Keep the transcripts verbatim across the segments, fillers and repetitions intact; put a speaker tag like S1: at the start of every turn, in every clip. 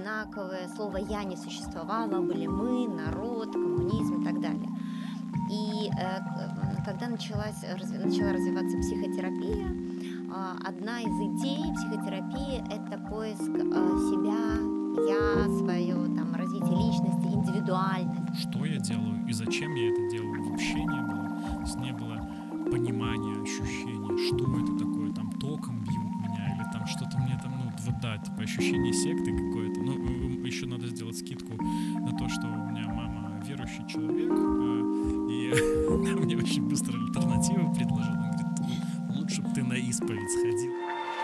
S1: одинаковые. Слово «я» не существовало, были мы, народ, коммунизм и так далее. И э, когда началась, разви, начала развиваться психотерапия, э, одна из идей психотерапии — это поиск э, себя, я, свое там, развитие личности, индивидуальность.
S2: Что я делаю и зачем я это делаю, вообще не было. То есть не было понимания, ощущения, что это такое, там током бьют меня или там что-то мне там, ну, вот да, типа ощущение секты какое-то. Ну, еще надо сделать скидку на то, что у меня мама верующий человек, и она мне очень быстро альтернативу предложила. Она говорит, лучше бы ты на исповедь сходил.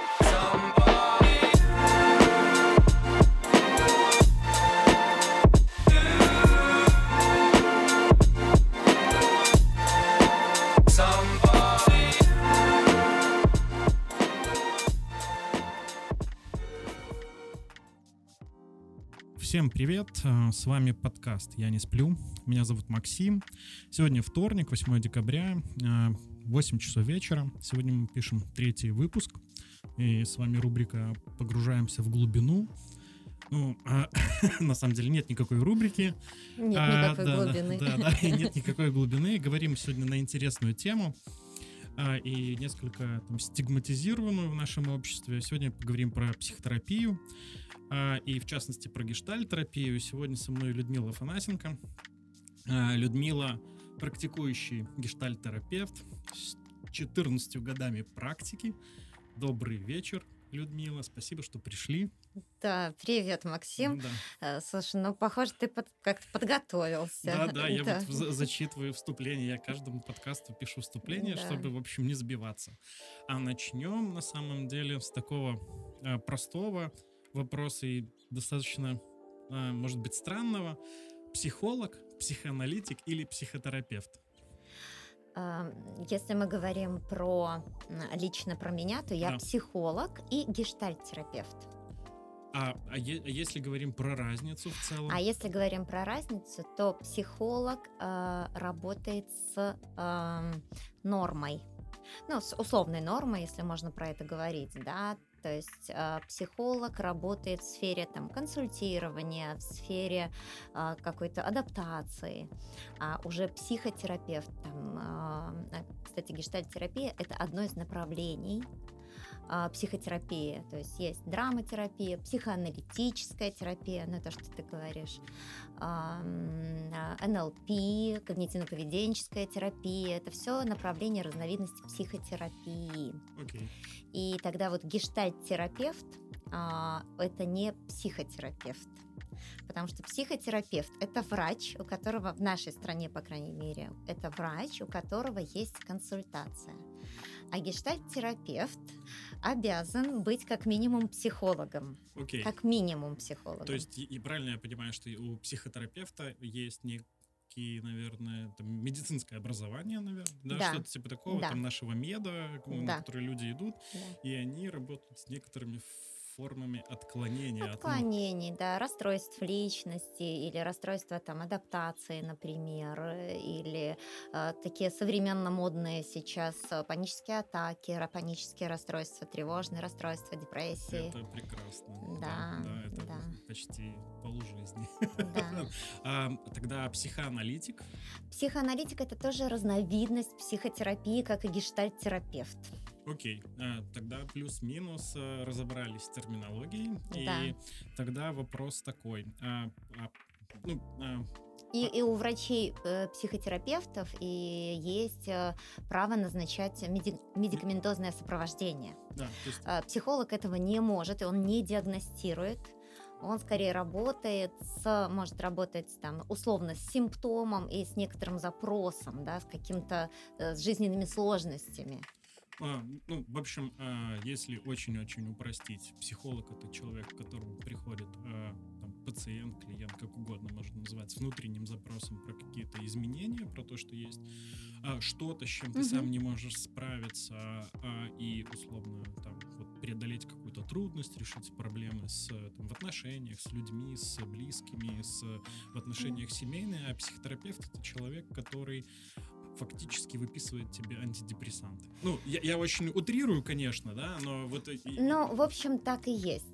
S2: Всем привет, с вами подкаст «Я не сплю», меня зовут Максим. Сегодня вторник, восьмое декабря, восемь часов вечера. Сегодня мы пишем третий выпуск, и с вами рубрика «Погружаемся в глубину». Ну, а, на самом деле нет никакой рубрики.
S1: Нет
S2: а,
S1: никакой
S2: да,
S1: глубины.
S2: Да, да, да, нет никакой глубины. Говорим сегодня на интересную тему а, и несколько там, стигматизированную в нашем обществе. Сегодня поговорим про психотерапию. И в частности про гештальт-терапию. Сегодня со мной Людмила Афанасенко. Людмила — практикующий гештальт-терапевт с четырнадцатью годами практики. Добрый вечер, Людмила. Спасибо, что пришли.
S1: Да, привет, Максим. Да. Слушай, ну, похоже, ты под, как-то подготовился.
S2: Да, да, я да. вот за- зачитываю вступление. Я каждому подкасту пишу вступление, да. чтобы, в общем, не сбиваться. А начнем, на самом деле, с такого а, простого вопроса и достаточно, а, может быть, странного. Психолог, психоаналитик или психотерапевт?
S1: Если мы говорим про лично про меня, то я да. психолог и гештальт-терапевт.
S2: А, а, е- а если говорим про разницу в целом?
S1: А если говорим про разницу, то психолог э, работает с э, нормой, ну, с условной нормой, если можно про это говорить, да. То есть э, психолог работает в сфере там, консультирования, в сфере э, какой-то адаптации, а уже психотерапевт, там, э, кстати, гештальт-терапия — это одно из направлений э, психотерапии, то есть есть драматерапия, психоаналитическая терапия, ну это что ты говоришь, э, эн эл пи, когнитивно-поведенческая терапия, это все направления, разновидности психотерапии.
S2: Okay.
S1: И тогда вот гештальт-терапевт а, — это не психотерапевт, потому что психотерапевт — это врач, у которого в нашей стране, по крайней мере, это врач, у которого есть консультация. А гештальт-терапевт обязан быть как минимум психологом.
S2: Okay.
S1: Как минимум психологом.
S2: То есть, и, и правильно я понимаю, что у психотерапевта есть не и, наверное, там, медицинское образование, наверное, да, да. что-то типа такого, да. там нашего меда, да. на который люди идут, да. и они работают с некоторыми формами отклонения.
S1: Отклонений, от... да, расстройств личности или расстройства там адаптации, например, или э, такие современно модные сейчас панические атаки, панические расстройства, тревожные расстройства, депрессии.
S2: Это прекрасно.
S1: Да,
S2: да, да это
S1: да.
S2: почти полжизни.
S1: Да.
S2: а, тогда психоаналитик?
S1: Психоаналитик — это тоже разновидность психотерапии, как и гештальт-терапевт.
S2: Окей, а, тогда плюс-минус а, разобрались с терминологией,
S1: да.
S2: и тогда вопрос такой. А, а, ну, а,
S1: И, и у врачей, э, психотерапевтов и есть э, право назначать меди- медикаментозное сопровождение.
S2: Да, то есть...
S1: э, психолог этого не может, и он не диагностирует. Он скорее работает с, может работать там условно с симптомом и с некоторым запросом, да, с каким-то, э, с жизненными сложностями.
S2: А, ну, в общем, а, если очень-очень упростить, психолог — это человек, к которому приходит а, там, пациент, клиент, как угодно можно называть, с внутренним запросом про какие-то изменения, про то, что есть а, что-то, с чем ты uh-huh. сам не можешь справиться, а, и условно там, вот, преодолеть какую-то трудность, решить проблемы с, там, в отношениях с людьми, с близкими, с, в отношениях семейных, а психотерапевт — это человек, который фактически выписывает тебе антидепрессанты. Ну, я, я очень утрирую, конечно, да, но вот...
S1: Ну, в общем, так и есть.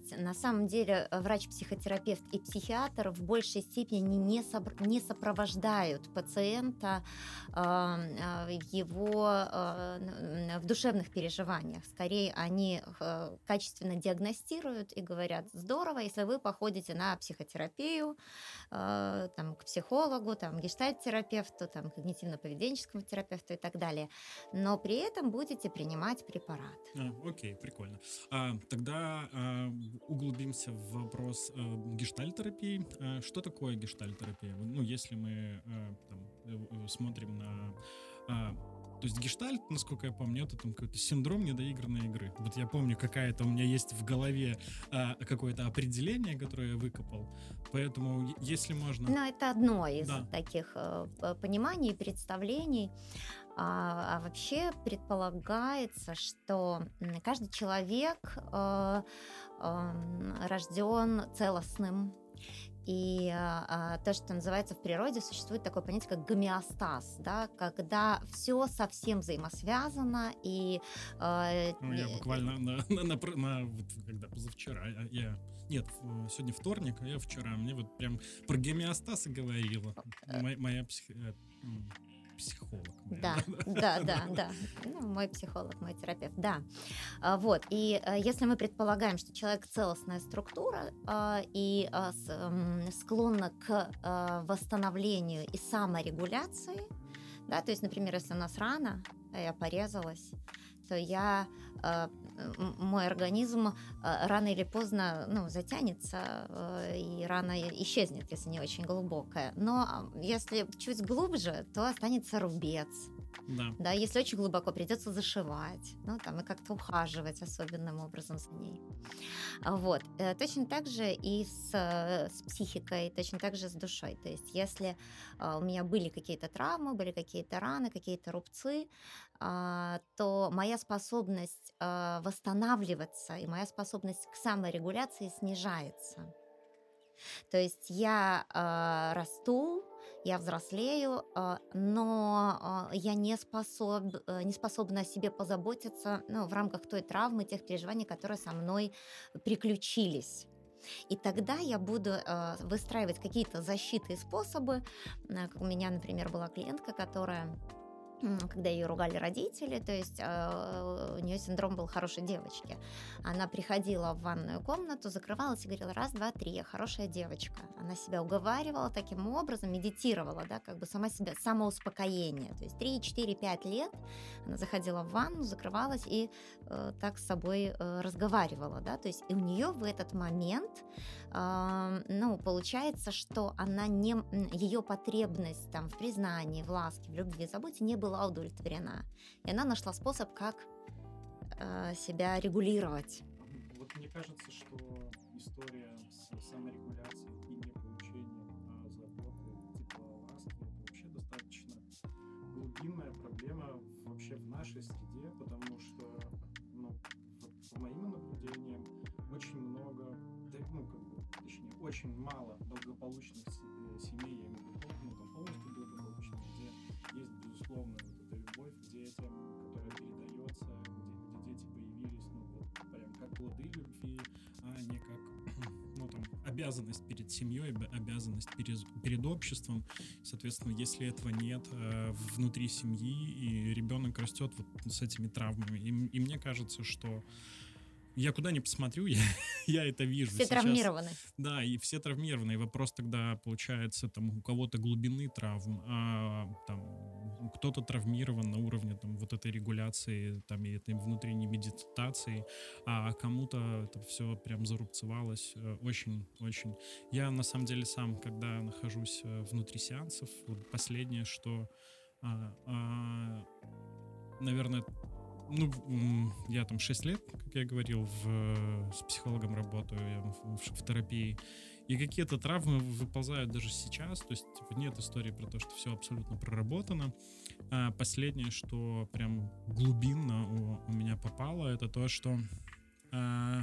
S1: есть на самом деле э, врач-психотерапевт и психиатр в большей степени не, собр- не сопровождают пациента а, а, в его а, н- н- в душевных переживаниях. Скорее, они э, качественно диагностируют и говорят: здорово, если вы походите на психотерапию, э, там, к психологу, там, гештальт-терапевту, там, когнитивно-поведенческому терапевту и так далее, но при этом будете принимать препарат.
S2: А, окей, прикольно. А, тогда а, углубимся в вопрос а, гештальтерапии. А, что такое гештальтерапия? Ну, если мы а, там, э, смотрим на... а, то есть гештальт, насколько я помню, это там какой-то синдром недоигранной игры. Вот я помню, какая-то у меня есть в голове а, какое-то определение, которое я выкопал. Поэтому, е- если можно...
S1: Но это одно из
S2: Да.
S1: таких э, п- пониманий, представлений. А, а вообще предполагается, что м, каждый человек э, эм, рожден целостным. И а, а, то, что называется в природе, существует такое понятие, как гомеостаз, да, когда все совсем взаимосвязано, и э,
S2: Ну, я
S1: э,
S2: буквально на, на, на, пр- на- вот когда позавчера, а я, нет, в- сегодня вторник, а я вчера, мне вот прям про гомеостаз и говорила моя, моя псих- э, м, психолог. Моя,
S1: Да, да, да, да. Ну, мой психолог, мой терапевт, да. А, Вот. И э, если мы предполагаем, что человек целостная структура а, и а, с- м, склонна к а, восстановлению и саморегуляции, да, то есть, например, если у нас рана, а я порезалась, то я, а, м- мой организм а, рано или поздно, ну, затянется, э, и рана и- исчезнет, если не очень глубокая. Но а, если чуть глубже, то останется рубец.
S2: Да.
S1: Да, если очень глубоко, придется зашивать, ну, там, и как-то ухаживать особенным образом за ней. А, Вот. Э, Точно так же и с, э, с психикой, точно так же с душой. То есть если а, у меня были какие-то травмы, были какие-то раны, какие-то рубцы, а, то моя способность а, восстанавливаться и моя способность к саморегуляции снижается. То есть я а, расту, я взрослею, а, но а, я не, способ, э, не способна о себе позаботиться, ну, в рамках той травмы, тех переживаний, которые со мной приключились. И тогда я буду э, выстраивать какие-то защиты и способы. Э, Как у меня, например, была клиентка, которая, м, когда ее ругали родители, то есть э, у нее синдром был хорошей девочки. Она приходила в ванную комнату, закрывалась и говорила: раз, два, три, я хорошая девочка. Она себя уговаривала таким образом, медитировала, да, как бы сама себя, самоуспокоение. То есть три, четыре, пять лет она заходила в ванну, закрывалась и э, так с собой э, разговаривала, да, то есть и у нее в этот момент, а, ну, получается, что она не, м, ее потребность там в признании, в ласке, в любви, в заботе не была удовлетворена. И она нашла способ, как э, себя регулировать.
S2: Вот мне кажется, что история с саморегуляцией и не получением а, заботы, тепла, ласки, это вообще достаточно глубинная проблема вообще в нашей среде, потому что, ну, вот по моим наблюдениям, очень много, да, ну, как бы, точнее, очень мало благополучных се- э, семей, я имею в виду, ну, там, полностью благополучных, где есть, безусловно, вот эта любовь к детям, которая передается, где, где дети появились, ну, вот, прям как плоды любви, а не как, ну, там, обязанность перед семьей, обя- обязанность перед, перед обществом. Соответственно, если этого нет э, внутри семьи, и ребенок растет вот с этими травмами, и, м- и мне кажется, что я куда ни посмотрю, я, я это вижу.
S1: Все
S2: Сейчас
S1: травмированы.
S2: да, и все травмированы. И вопрос тогда получается, там у кого-то глубины травм, а там кто-то травмирован на уровне там вот этой регуляции, там и этой внутренней медитации, а кому-то это все прям зарубцевалось э, очень-очень. Я на самом деле сам, когда нахожусь э, внутри сеансов, вот последнее, что а, а, наверное, ну, м, я там шесть лет, как я говорил, в, с психологом работаю, я в, в- в терапии, и какие-то травмы выползают даже сейчас, то есть типа, нет истории про то, что все абсолютно проработано. А последнее, что прям глубинно у, у меня попало, это то, что а,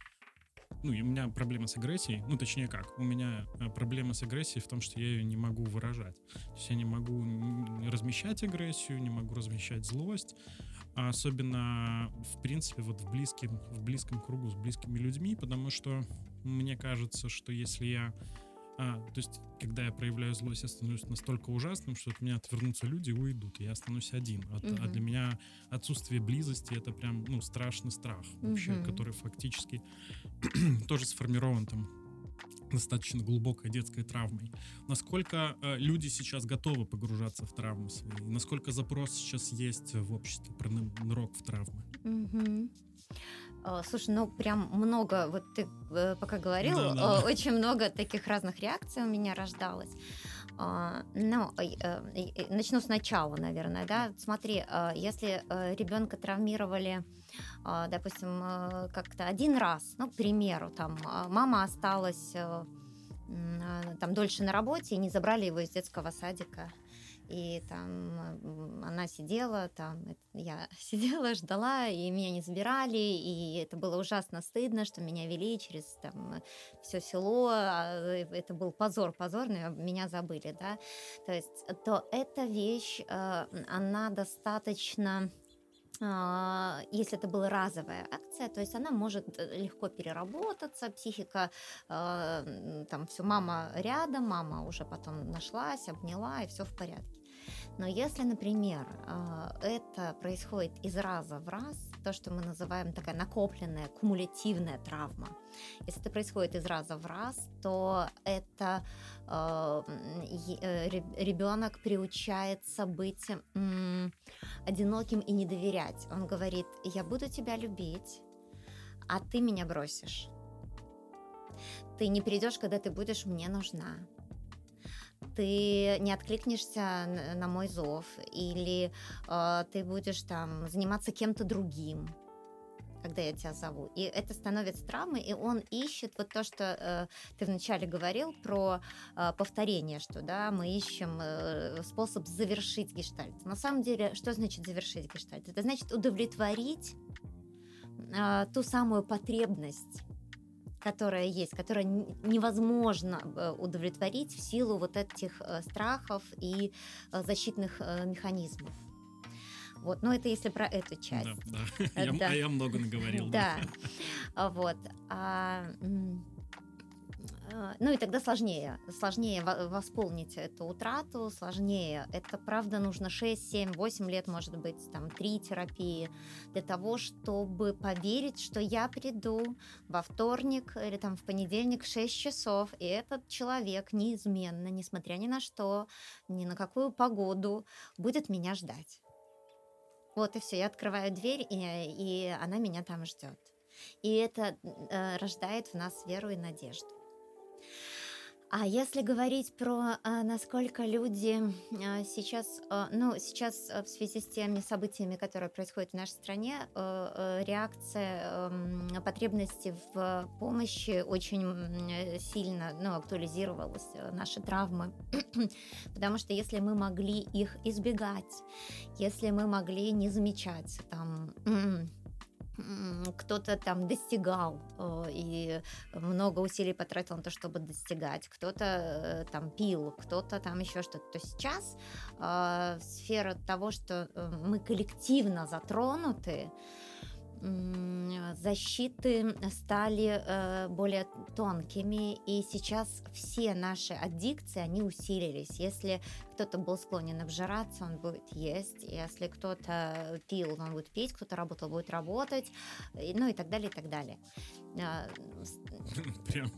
S2: ну, и у меня проблема с агрессией, ну, точнее как, у меня а, проблема с агрессией в том, что я ее не могу выражать. То есть я не могу м, размещать агрессию, не могу размещать злость, а особенно, в принципе, вот в близким, в близком кругу с близкими людьми, потому что мне кажется, что если я, а, то есть, когда я проявляю злость, я становлюсь настолько ужасным, что от меня отвернутся люди и уйдут, и я останусь один. А, т- а для
S1: Мгм.
S2: меня отсутствие близости — это прям, ну, страшный страх вообще,
S1: Мгм.
S2: который фактически тоже сформирован там достаточно глубокой детской травмой. Насколько э, люди сейчас готовы погружаться в травмы свои? Насколько запрос сейчас есть в обществе про ны- нырок в травмы?
S1: Мгм. А, Слушай, ну прям много, вот ты э, пока говорил,
S2: Да-да-да.
S1: э, очень много таких разных реакций у меня рождалось. А, Ну, э, э, и- и начну сначала, наверное, да. Смотри, а, если ребенка травмировали, а, допустим, э, как-то один раз, ну, к примеру, там а, мама осталась э, м, а, там дольше на работе и не забрали его из детского садика. И там м, она сидела, там эт- я сидела, ждала, и меня не забирали, и это было ужасно стыдно, что меня вели через там все село, а, э, это был позор позорный, а меня забыли, да, то есть, э, то эта вещь, э, она достаточно, а, если это была разовая акция, то есть она может э, легко переработаться, психика, а, м, там все, мама рядом, мама уже потом нашлась, обняла, и все в порядке. Но если, например, а, это происходит из раза в раз, то, что мы называем такая накопленная кумулятивная травма, если это происходит из раза в раз, то это ребенок приучается быть м, одиноким и не доверять. Он говорит: я буду тебя любить, а ты меня бросишь. Ты не придешь, когда ты будешь мне нужна. Ты не откликнешься н- на мой зов, или э, ты будешь там заниматься кем-то другим, когда я тебя зову. И это становится травмой, и он ищет вот то, что э, ты вначале говорил про э, повторение, что да, мы ищем э, способ завершить гештальт. На самом деле, что значит завершить гештальт? Это значит удовлетворить а, ту самую потребность, которая есть, которая н- невозможно э, удовлетворить в силу вот этих э, страхов и э, защитных э, механизмов. Вот, но это если про эту
S2: Да,
S1: часть.
S2: да.
S1: Э,
S2: Я, а
S1: Да,
S2: я много наговорил, да.
S1: да. А Вот. А, м, а, Ну и тогда сложнее. Сложнее во- восполнить эту утрату, сложнее. Это, правда, нужно шесть, семь, восемь лет, может быть, там, три терапии для того, чтобы поверить, что я приду во вторник или там в понедельник в шесть часов, и этот человек неизменно, несмотря ни на что, ни на какую погоду, будет меня ждать. Вот и все, я открываю дверь, и, и она меня там ждет. И это э, рождает в нас веру и надежду. А если говорить про, а, насколько люди, а, сейчас, а, ну, сейчас, а, в связи с теми событиями, которые происходят в нашей стране, э, э, реакция, эм, потребности в помощи очень, м, э, сильно, ну, актуализировалась, э, наши травмы. Потому что если мы могли их избегать, если мы могли не замечать, там, м, кто-то там достигал э, и много усилий потратил на то, чтобы достигать, кто-то э, там пил, кто-то там еще что-то. То сейчас э, сфера того, что э, мы коллективно затронуты, м, защиты стали э, более тонкими, и сейчас все наши аддикции, они усилились. Если кто-то был склонен обжираться, он будет есть. Если кто-то пил, он будет пить, кто-то работал, будет работать, и- ну и так далее, и так далее. А, с-
S2: Прям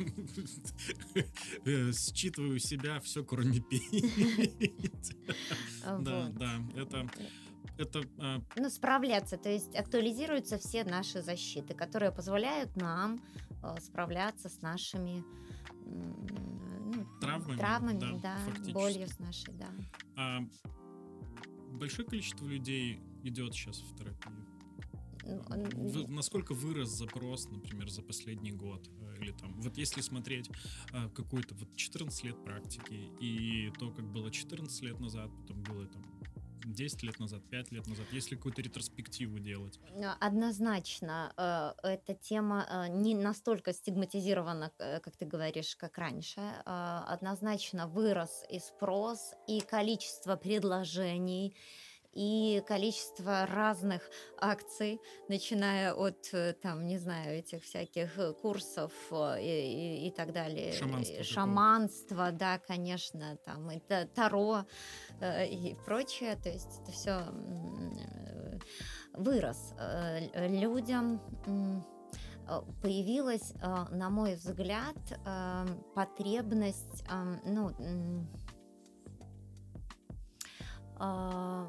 S2: э, считываю себя, все кроме петь. Да,
S1: Вот.
S2: да, это, это а,
S1: Ну, справляться, то есть актуализируются все наши защиты, которые позволяют нам э, справляться с нашими м, ну,
S2: травмами, да,
S1: травмами, да, болью
S2: фактически.
S1: с нашей, да.
S2: А большое количество людей идет сейчас в терапию.
S1: Ну,
S2: В- насколько вырос запрос, например, за последний год? Э, Или там, вот если смотреть а, какой-то вот четырнадцать лет практики, и то, как было четырнадцать лет назад, потом было там десять лет назад, пять лет назад, если какую-то ретроспективу делать.
S1: А, Однозначно, э, эта тема э, не настолько стигматизирована, э, как ты говоришь, как раньше. А, Однозначно вырос и спрос, и количество предложений, и количество разных акций, начиная от, э, там, не знаю, этих всяких э, курсов э, и, и- и так далее,
S2: Шаманство
S1: и
S2: какого-то.
S1: шаманства, да, конечно, там, и та- таро э, и прочее, то есть это все вырос. Э, л- Людям м, э, появилась, э, на мой взгляд, э, потребность, ам, ну, м, а,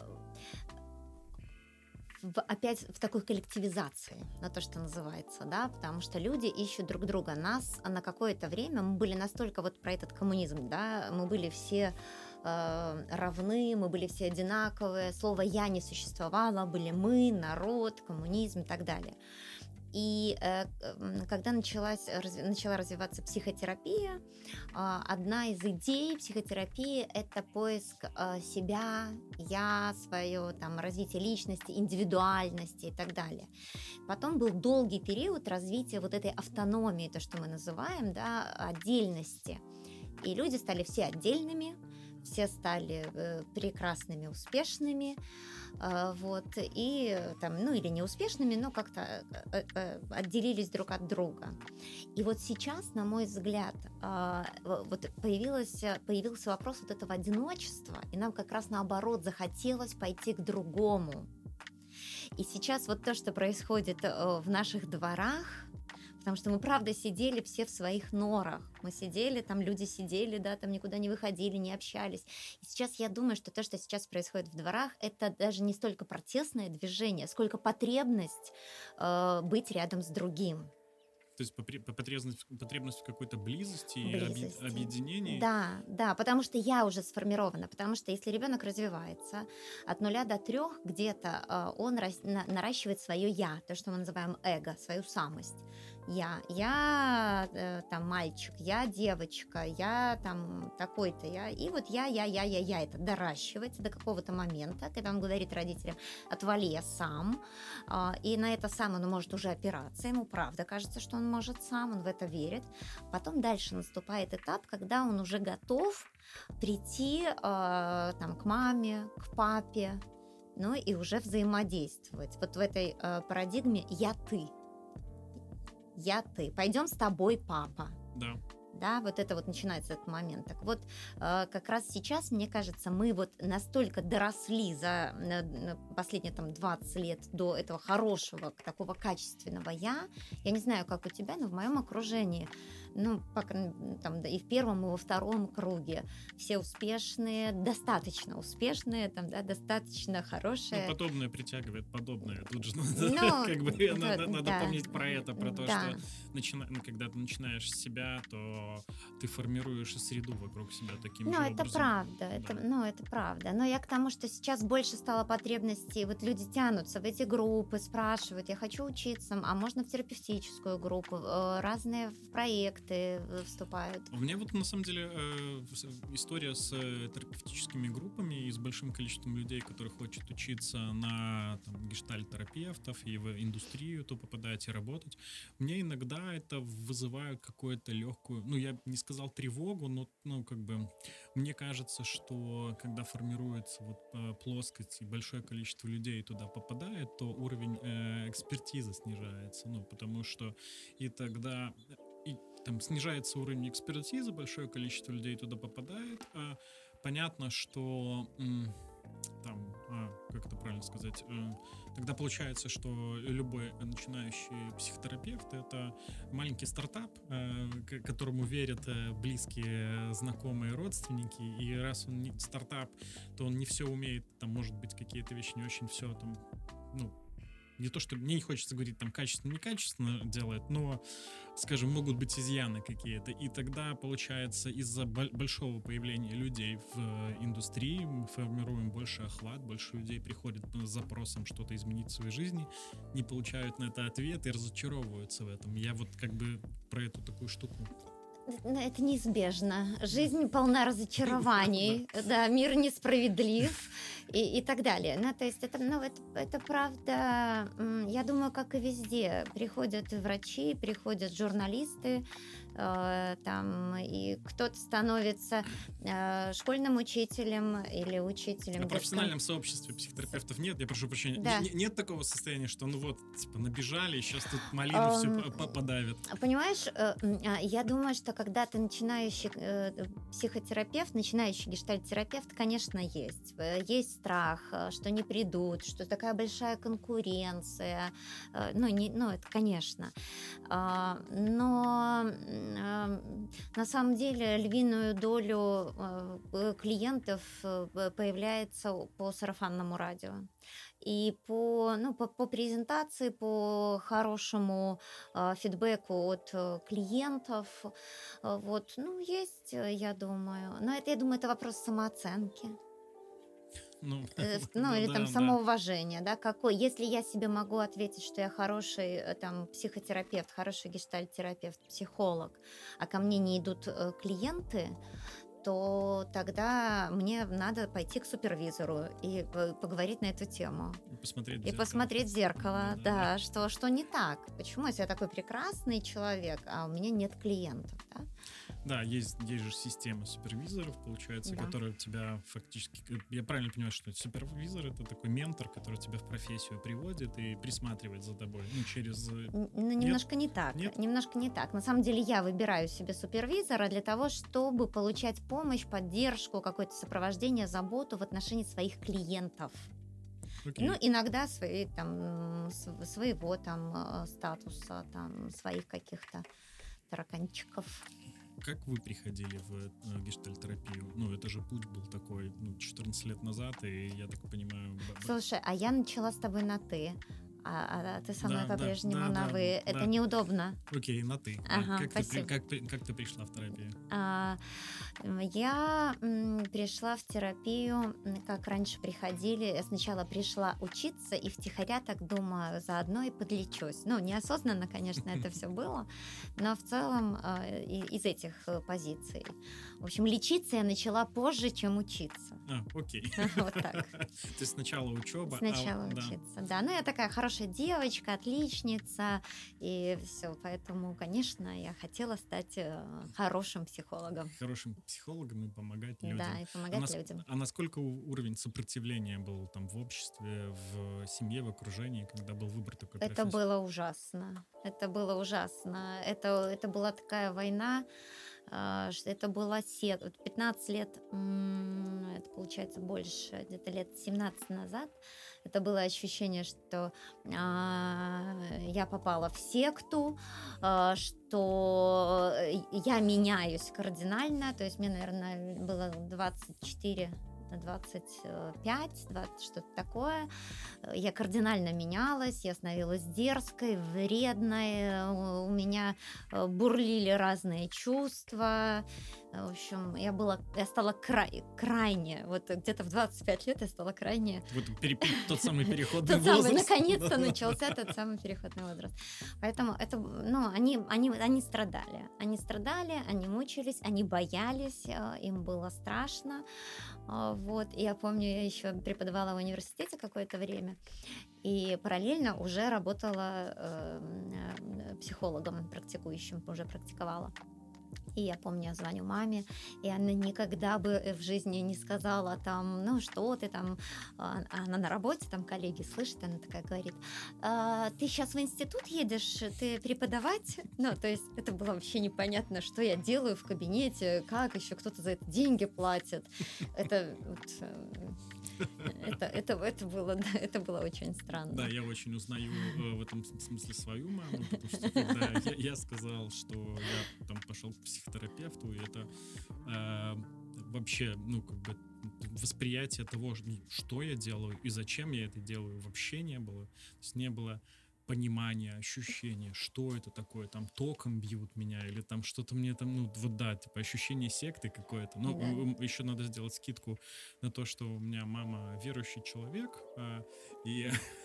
S1: в опять в такой коллективизации, на то, что называется, да, потому что люди ищут друг друга. Нас а, на какое-то время мы были настолько вот про этот коммунизм, да, мы были все э, равны, мы были все одинаковые, слово «я» не существовало, были мы, народ, коммунизм и так далее. И э, м, когда началась, разви- начала развиваться психотерапия, а, одна из идей психотерапии — это поиск а, себя, я, свое там развитие личности, индивидуальности и так далее. Потом был долгий период развития вот этой автономии, то, что мы называем, да, отдельности. И люди стали все отдельными, все стали э, прекрасными, успешными, а, вот, и э, там, ну или неуспешными, но как-то э, э, э, отделились друг от друга. И вот сейчас, на мой взгляд, а, в- вот появилось, э, появился вопрос вот этого одиночества, и нам как раз наоборот захотелось пойти к другому. И сейчас вот то, что происходит э, в наших дворах, потому что мы, правда, сидели все в своих норах. Мы сидели, там люди сидели, да, там никуда не выходили, не общались. И сейчас я думаю, что то, что сейчас происходит в дворах, это даже не столько протестное движение, сколько потребность э, быть рядом с другим.
S2: То есть попре- по- потребность, потребность в какой-то близости и объ-
S1: Близости.
S2: объединении.
S1: Да, да, потому что я уже сформирована, потому что если ребенок развивается от нуля до трех, где-то а, он рас- на- наращивает свое я, то, что мы называем эго, свою самость. Я, я э, там мальчик, я девочка, я там такой-то, я, и вот я, я, я, я, я, это доращивается до какого-то момента, когда он говорит родителям: отвали, я сам. А, и на это сам он может уже опираться, ему правда кажется, что он может сам, он в это верит. Потом дальше наступает этап, когда он уже готов прийти а, там, к маме, к папе, ну и уже взаимодействовать. Вот в этой а, парадигме «я ты», «я ты», пойдем с тобой, папа.
S2: Да.
S1: Да, вот это вот начинается этот момент. Так вот, э, как раз сейчас, мне кажется, мы вот настолько доросли за э, н- последние там двадцать лет до этого хорошего, к- такого качественного я. Я не знаю, как у тебя, но в моем окружении, ну, пока, м, там, да, и в первом, и во втором круге все успешные, достаточно успешные, там, да, достаточно
S2: Ну,
S1: хорошие.
S2: подобное притягивает подобное. Тут же
S1: Ну,
S2: надо, как бы,
S1: да,
S2: надо, надо
S1: да,
S2: помнить про это, про то, что
S1: да.
S2: начина- ну, когда ты начинаешь с себя, то ты формируешь и среду вокруг себя таким
S1: Ну,
S2: же
S1: это
S2: образом.
S1: правда, это,
S2: Да.
S1: ну, это правда. Но я к тому, что сейчас больше стало потребностей, вот люди тянутся в эти группы, спрашивают: я хочу учиться, а можно в терапевтическую группу, э, разные в проекты э, вступают.
S2: У меня вот на самом деле э, с- история с э, терапевтическими группами и с большим количеством людей, которые хотят учиться на там, гештальт-терапевтов и в индустрию, то попадать и работать. Мне иногда это вызывает какую-то легкую, ну я не сказал тревогу, но ну как бы мне кажется, что когда формируется вот э, плоскость и большое количество людей туда попадает, то уровень э, экспертизы снижается, ну потому что и тогда и там снижается уровень экспертизы, большое количество людей туда попадает. А, понятно, что м, там, а, как это правильно сказать, э, тогда получается, что любой начинающий психотерапевт — это маленький стартап, э, к которому верят э, близкие, знакомые, родственники, и раз он не стартап, то он не все умеет, там, может быть, какие-то вещи не очень все там, ну, не то, что мне не хочется говорить там качественно, некачественно делает, но, скажем, могут быть изъяны какие-то. И тогда, получается, из-за бо- большого появления людей в э, индустрии мы формируем больше охват, больше людей приходят с запросом что-то изменить в своей жизни, не получают на это ответ и разочаровываются в этом. Я вот как бы про эту такую штуку.
S1: Н это неизбежно. Жизнь полна
S2: Да.
S1: разочарований, да, мир несправедлив и и так далее. Ну, то есть это, ну, это это правда, м, я думаю, как и везде. Приходят врачи, приходят журналисты, э, там, и кто-то становится, э, школьным учителем или
S2: А
S1: учителем
S2: в
S1: детского
S2: профессиональном сообществе психотерапевтов нет? Я прошу прощения. Не-
S1: Да.
S2: не- нет такого состояния, что ну вот, типа, набежали, сейчас тут малину все
S1: Ам,
S2: подавят.
S1: а понимаешь, э, м, а, я думаю, что когда ты начинающий э, э, психотерапевт, начинающий гештальт-терапевт, конечно, есть. Э, Есть страх, э, что не придут, что такая большая конкуренция. Э, Ну, не, ну это, конечно. А, Но м, ам, на самом деле львиную долю э, э, клиентов э, п- появляется по сарафанному радио. И по, ну, по, по презентации, по хорошему а, фидбэку от э, клиентов. А, Вот, ну, есть, э, я думаю. Но это, я думаю, это вопрос самооценки.
S2: Ну,
S1: Э, с- Ну,
S2: ну
S1: или там
S2: да, да.
S1: самоуважения, да, какой. Если я себе могу ответить, что я хороший э, там психотерапевт, хороший гештальт-терапевт, психолог, а ко мне не идут э, клиенты, то тогда мне надо пойти к супервизору и п- поговорить на эту тему.
S2: И посмотреть в
S1: И
S2: зеркало.
S1: посмотреть в зеркало,
S2: Да-да-да.
S1: да, что, что не так. Почему, если я такой прекрасный человек, а у меня нет клиентов, да?
S2: Да, есть, есть же система супервизоров, получается,
S1: Да.
S2: которая тебя фактически... э, Я правильно понимаю, что супервизор — это такой ментор, который тебя в профессию приводит и присматривает за тобой, ну, через... э,
S1: Н- Ну,
S2: Нет?
S1: немножко не так.
S2: Нет?
S1: Немножко не так. На самом деле я выбираю себе супервизора для того, чтобы получать помощь, поддержку, какое-то сопровождение, заботу в отношении своих клиентов. Ну,
S2: Окей.
S1: иногда свои, там, м, св- своего там э, статуса, там, своих каких-то тараканчиков.
S2: Как вы приходили в э, гештальтерапию? Ну, это же путь был такой, ну, четырнадцать лет назад, и я так понимаю... б- б-
S1: Слушай, а я начала с тобой на «ты», а, а ты со мной
S2: Да, да,
S1: по-прежнему
S2: да,
S1: на
S2: да,
S1: «вы». Это
S2: да.
S1: неудобно.
S2: Окей, на ты. Да.
S1: Ага,
S2: Как, ты, при-
S1: спасибо.
S2: как, при- как ты пришла в терапию?
S1: А, м, Я м, пришла в терапию, м, как раньше приходили. Я сначала пришла учиться и втихаря так думаю, заодно и подлечусь. Ну, неосознанно, конечно, это все было, но в целом а, и- из этих э, позиций. В общем, лечиться я начала позже, чем учиться.
S2: А, окей.
S1: Вот так.
S2: То есть сначала учеба,
S1: Сначала
S2: а, да,
S1: учиться, да. Ну, я такая хорошая девочка, отличница, и все. Поэтому, конечно, я хотела стать э, хорошим психологом.
S2: хорошим психологом и помогать людям.
S1: Да, и
S2: А,
S1: помогать
S2: нас-
S1: людям.
S2: а насколько у- уровень сопротивления был там в обществе, в семье, в окружении, когда был выбор такой
S1: Это
S2: профессии?
S1: было ужасно. Это было ужасно. Это, это была такая война, а, ш- это была сек... вот пятнадцать лет, м, это получается больше, где-то лет семнадцать назад. Это было ощущение, что а, я попала в секту, а, что э, я меняюсь кардинально. То есть мне, наверное, было двадцать четыре на двадцать пять, двадцать, что-то такое. Э, Я кардинально менялась, я становилась дерзкой, вредной, э, у у меня э, бурлили разные чувства. Э, В общем, я была, я стала край, крайне, вот где-то в двадцать пять лет я стала крайне.
S2: Вот пере- пере- тот самый переходный
S1: Тот самый,
S2: возраст.
S1: наконец-то
S2: Да-да-да.
S1: начался тот самый переходный возраст. Поэтому это, ну, они, они, они страдали. Они страдали, они мучились, они боялись, э, им было страшно. А, Вот, и я помню, я еще преподавала в университете какое-то время, и параллельно уже работала э, м, э, психологом практикующим, уже практиковала. И я помню, я звоню маме, и она никогда бы э, в жизни не сказала там, ну что ты там, а, а она на работе, там коллеги слышат, она такая говорит: «А, ты сейчас в институт едешь, ты преподавать? Ну, то есть это было вообще непонятно, что я делаю в кабинете, как еще кто-то за это деньги платит. Это вот, э, это, это, это было, да, это было очень странно.
S2: Да, я очень узнаю э, в этом с- смысле свою маму, потому что когда я, я сказал, что я там пошел к психотерапевту, и это э, вообще, ну, как бы восприятие того, ш- ну, что я делаю и зачем я это делаю, вообще не было. То есть не было понимания, ощущения, что это такое, там током бьют меня, или там что-то мне там, ну, вот да, типа ощущение секты какое-то. Но
S1: Да.
S2: еще надо сделать скидку на то, что у меня мама верующий человек, а, и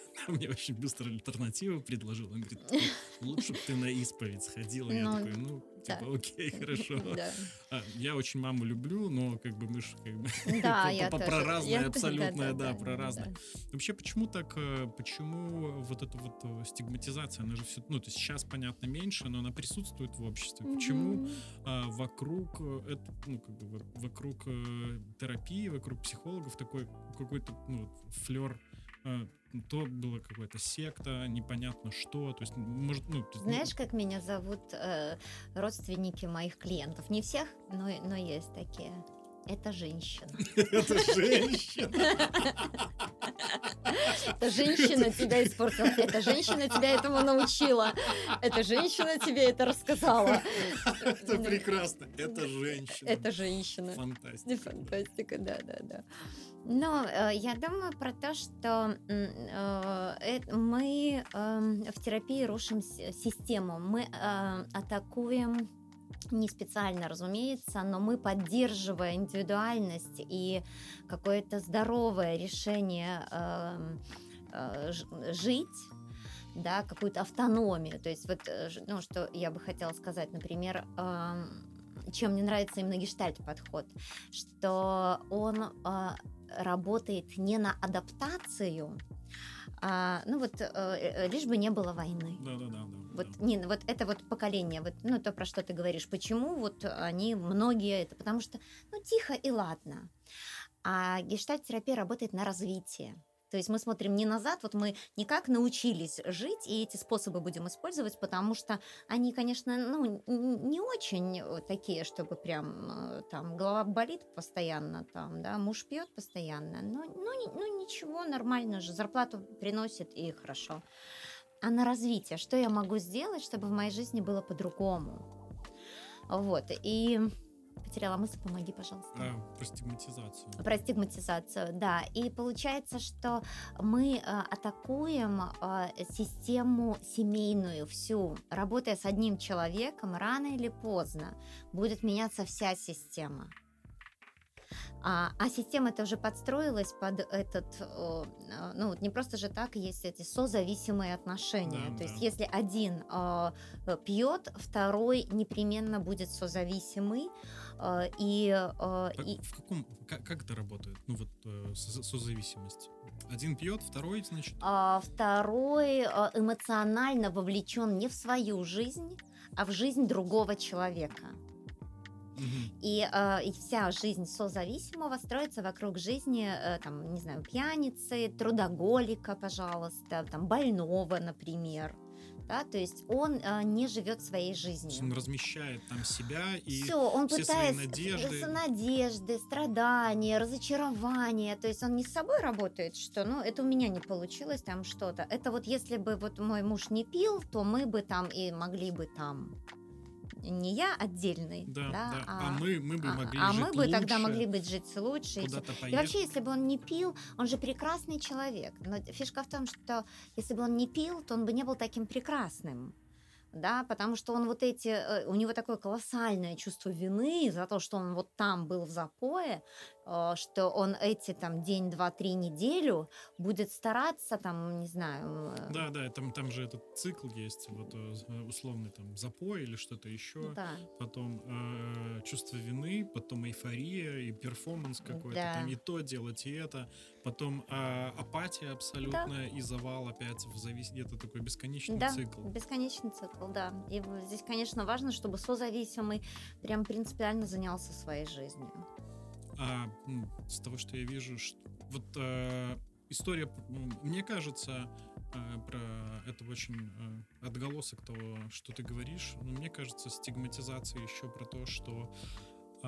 S2: мне очень быстро альтернативу предложил. Он говорит, лучше бы ты на исповедь сходила. Я
S1: Ну,
S2: такой, ну, типа,
S1: да.
S2: окей, хорошо.
S1: Да.
S2: А, Я очень маму люблю, но как бы мы же как бы
S1: Да,
S2: по-
S1: я
S2: по-
S1: тоже.
S2: про
S1: Я
S2: разное
S1: т- да,
S2: абсолютно,
S1: да,
S2: да,
S1: да,
S2: про разное.
S1: да.
S2: Вообще, почему так, э, почему вот эта вот э, стигматизация, она же все, ну, то есть сейчас, понятно, меньше, но она присутствует в обществе. Почему
S1: Мгм.
S2: а, вокруг э, это, ну, как бы во- вокруг э, терапии, вокруг психологов такой какой-то, ну, вот флер, э, то была какая-то секта, непонятно что, то есть, может, ну, то есть, ну,
S1: Знаешь, как меня зовут э, родственники моих клиентов? Не всех, но, но есть такие. Это женщина.
S2: это женщина.
S1: Эта женщина тебя испортила. Эта женщина тебя этому научила. Эта женщина тебе это рассказала.
S2: Это прекрасно. Это женщина.
S1: Это женщина.
S2: Фантастика.
S1: Фантастика, да, да, да. Но э, я думаю про то, что м, э, э, мы э, в терапии рушим с- систему, мы э, атакуем не специально, разумеется, но мы, поддерживая индивидуальность и какое-то здоровое решение эм, э, ж- жить, да, какую-то автономию. То есть вот, э, ж- ну, что я бы хотела сказать, например, эм, чем мне нравится именно гештальт-подход, что он э, работает не на адаптацию, а, ну вот, э, э, лишь бы не было войны.
S2: Да, да, да, да.
S1: Вот, Нина, вот это вот поколение, вот, ну, то, про что ты говоришь, почему вот они, многие, это потому что, ну, тихо и ладно. А гештальт-терапия работает на развитие. То есть мы смотрим не назад, вот мы никак научились жить, и эти способы будем использовать, потому что они, конечно, ну, н- не очень э, такие, чтобы прям э, там голова болит постоянно, там, да, муж пьет постоянно, но ну, ни- ну, ничего, нормально же, зарплату приносит, и хорошо. А на развитие, что я могу сделать, чтобы в моей жизни было по-другому? Вот, и потеряла мысль, помоги, пожалуйста.
S2: А, про стигматизацию.
S1: Про стигматизацию, да. И получается, что мы э, атакуем э, систему семейную всю. Работая с одним человеком, рано или поздно будет меняться вся система. А, а система-то уже подстроилась под этот, э, э, ну вот не просто же так, есть эти созависимые отношения.
S2: Да,
S1: То есть
S2: да.
S1: если один э, э, пьет, второй непременно будет созависимый. э, и, э,
S2: Так
S1: и
S2: в каком, как, как это работает? Ну вот э, со- созависимость. Один пьет, второй, значит,
S1: а, второй э, эмоционально вовлечен не в свою жизнь, а в жизнь другого человека.
S2: мгм.
S1: И, э, и вся жизнь созависимого строится вокруг жизни, э, там, не знаю, пьяницы, трудоголика, пожалуйста, там, больного, например. Да, то есть он э, не живет своей
S2: То есть он
S1: жизнью.
S2: размещает там себя и
S1: Все, он
S2: все свои
S1: пытается
S2: надежды.
S1: с- надежды, страдания, разочарования. То есть он не с собой работает, что, ну, это у меня не получилось, там что-то. Это вот если бы вот мой муж не пил, то мы бы там и могли бы там не я отдельный,
S2: Да,
S1: да,
S2: да. А, мы, мы бы
S1: а-
S2: могли
S1: а
S2: жить
S1: мы бы тогда
S2: лучше,
S1: могли быть жить лучше. и всё.
S2: куда-то
S1: И
S2: поехать.
S1: вообще, если бы он не пил, он же прекрасный человек. Но фишка в том, что если бы он не пил, то он бы не был таким прекрасным. Да, потому что он вот эти, э, у него такое колоссальное чувство вины за то, что он вот там был в запое, э, что он эти там день, два, три, неделю будет стараться там, не знаю, э,
S2: Да, да, там, там же этот цикл есть, вот э, условный там запой или что-то еще,
S1: да,
S2: потом э, чувство вины, потом эйфория и перформанс какой-то,
S1: Да.
S2: там и то делать, и это, потом э, апатия абсолютная и завал опять в зависимости, это такой бесконечный
S1: да,
S2: цикл.
S1: бесконечный цикл, да. И в- здесь, конечно, важно, чтобы созависимый прям принципиально занялся своей жизнью.
S2: А м, с того, что я вижу, что вот э, история, м, мне кажется, э, про это очень э, отголосок того, что ты говоришь. Но мне кажется, стигматизация еще про то, что э,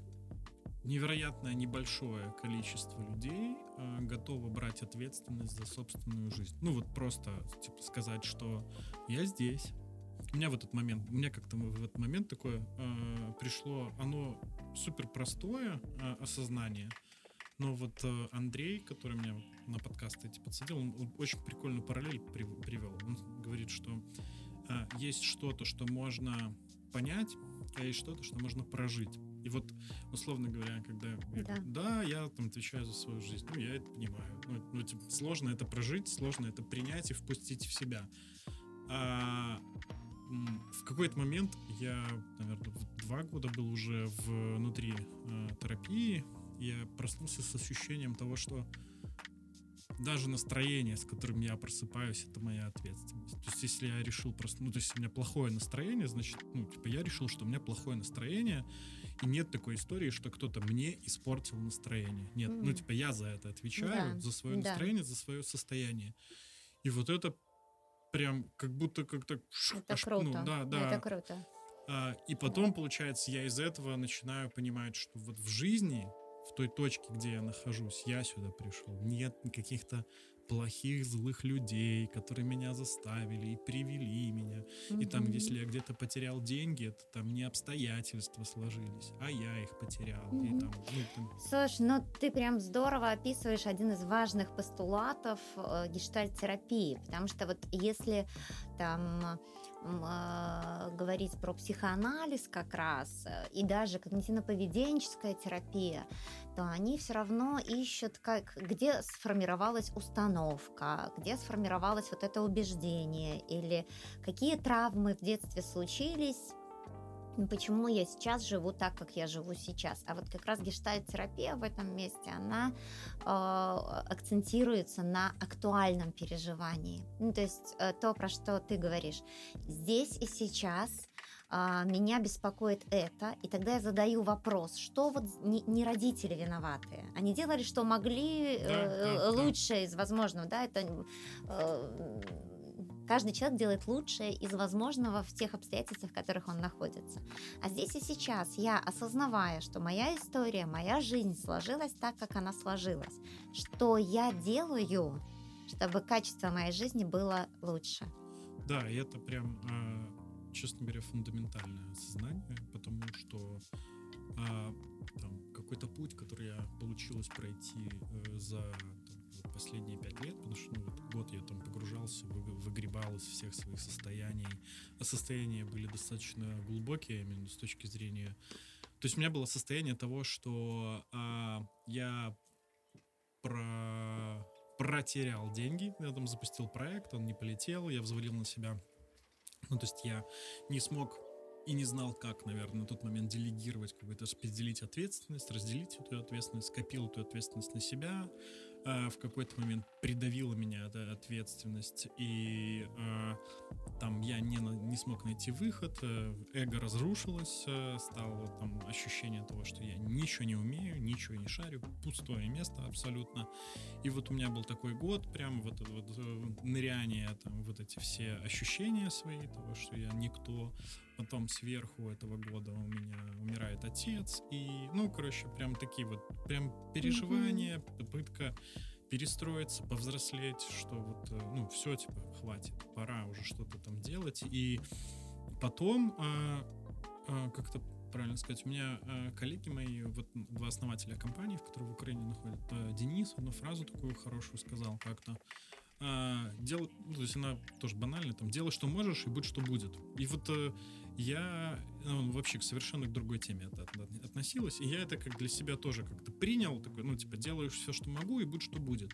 S2: невероятное небольшое количество людей э, готово брать ответственность за собственную жизнь. Ну вот просто типа сказать, что я здесь. У меня в этот момент, у меня как-то в этот момент такое э, пришло, оно супер простое э, осознание, но вот э, Андрей, который меня на подкаст эти подсадил, он, он очень прикольную параллель при- привел. Он говорит, что э, есть что-то, что можно понять а есть что-то, что можно прожить. И вот, условно говоря, когда я
S1: Да.
S2: говорю, да, я там отвечаю за свою жизнь, ну, я это понимаю. Ну, ну, типа, сложно это прожить, сложно это принять и впустить в себя. А м, в какой-то момент я, наверное, в два года был уже внутри э, терапии, я проснулся с ощущением того, что даже настроение, с которым я просыпаюсь, это моя ответственность. То есть, если я решил просто, ну, то есть, у меня плохое настроение, значит, ну, типа, я решил, что у меня плохое настроение, и нет такой истории, что кто-то мне испортил настроение. Нет, ну,
S1: М.
S2: типа, я за это отвечаю,
S1: Да,
S2: за свое
S1: да.
S2: настроение, за свое состояние. И вот это прям как будто как-то, шух,
S1: Это
S2: аж, ну,
S1: круто.
S2: да,
S1: Это
S2: да.
S1: круто.
S2: А, и потом, получается, я из этого начинаю понимать, что вот в жизни, в той точке, где я нахожусь, я сюда пришел. Нет каких-то плохих, злых людей, которые меня заставили и привели меня. И там,
S1: Мгм.
S2: если я где-то потерял деньги, это там не обстоятельства сложились, а я их потерял. И
S1: Мгм.
S2: там, ну, там,
S1: Слушай, ну ты прям здорово описываешь один из важных постулатов э, гештальт-терапии, потому что вот если там м, а, говорить про психоанализ как раз э, и даже когнитивно-поведенческая терапия, то они все равно ищут, как, где сформировалась установка, где сформировалось вот это убеждение или какие травмы в детстве случились. М, Почему я сейчас живу так, как я живу сейчас. А вот как раз гештальт-терапия в этом месте, она а, акцентируется на актуальном переживании. Ну, то есть э, то, про что ты говоришь. Здесь и сейчас а, меня беспокоит это, и тогда я задаю вопрос, что вот з- не, не родители виноваты. Они делали, что могли,
S2: да, да,
S1: э,
S2: да.
S1: лучшее из возможного, да, это э, каждый человек делает лучшее из возможного в тех обстоятельствах, в которых он находится. А здесь и сейчас я, осознавая, что моя история, моя жизнь сложилась так, как она сложилась, что я делаю, чтобы качество моей жизни было лучше.
S2: Да, и это прям, а, честно говоря, фундаментальное осознание, потому что а, там, какой-то путь, который я получилось пройти э, за там, вот последние пять лет, потому что ну, вот год я там погружался, вы- выгребал из всех своих состояний, а состояния были достаточно глубокие, именно с точки зрения... То есть у меня было состояние того, что а, я про... протерял деньги, я там запустил проект, он не полетел, я взвалил на себя. Ну, то есть я не смог и не знал, как, наверное, на тот момент делегировать, какой-то распределить ответственность, разделить эту ответственность, скопил эту ответственность на себя, а, в какой-то момент придавила меня эта ответственность, и а, там я не, на- не смог найти выход, э, эго разрушилось, э, стало там ощущение того, что я ничего не умею, ничего не шарю, пустое место абсолютно. И вот у меня был такой год, прям вот это вот э, ныряние, там вот эти все ощущения свои, того, что я никто. Потом сверху этого года у меня умирает отец. И, ну, короче, прям такие вот, прям переживания, попытка перестроиться, повзрослеть, что вот, э, ну, все, типа, хватит, пора уже что-то там делать. И потом, а, а, как-то правильно сказать, у меня а, коллеги мои, вот два основателя компании, в которой в Украине находят, а, Денис одну фразу такую хорошую сказал как-то. А, делай, ну, то есть она тоже банальная, там, делай, что можешь, и будь, что будет. И вот э, я ну, вообще к совершенно к другой теме это от- относилась, и я это как для себя тоже как-то принял, такой, ну, типа, делаю все, что могу, и будь, что будет.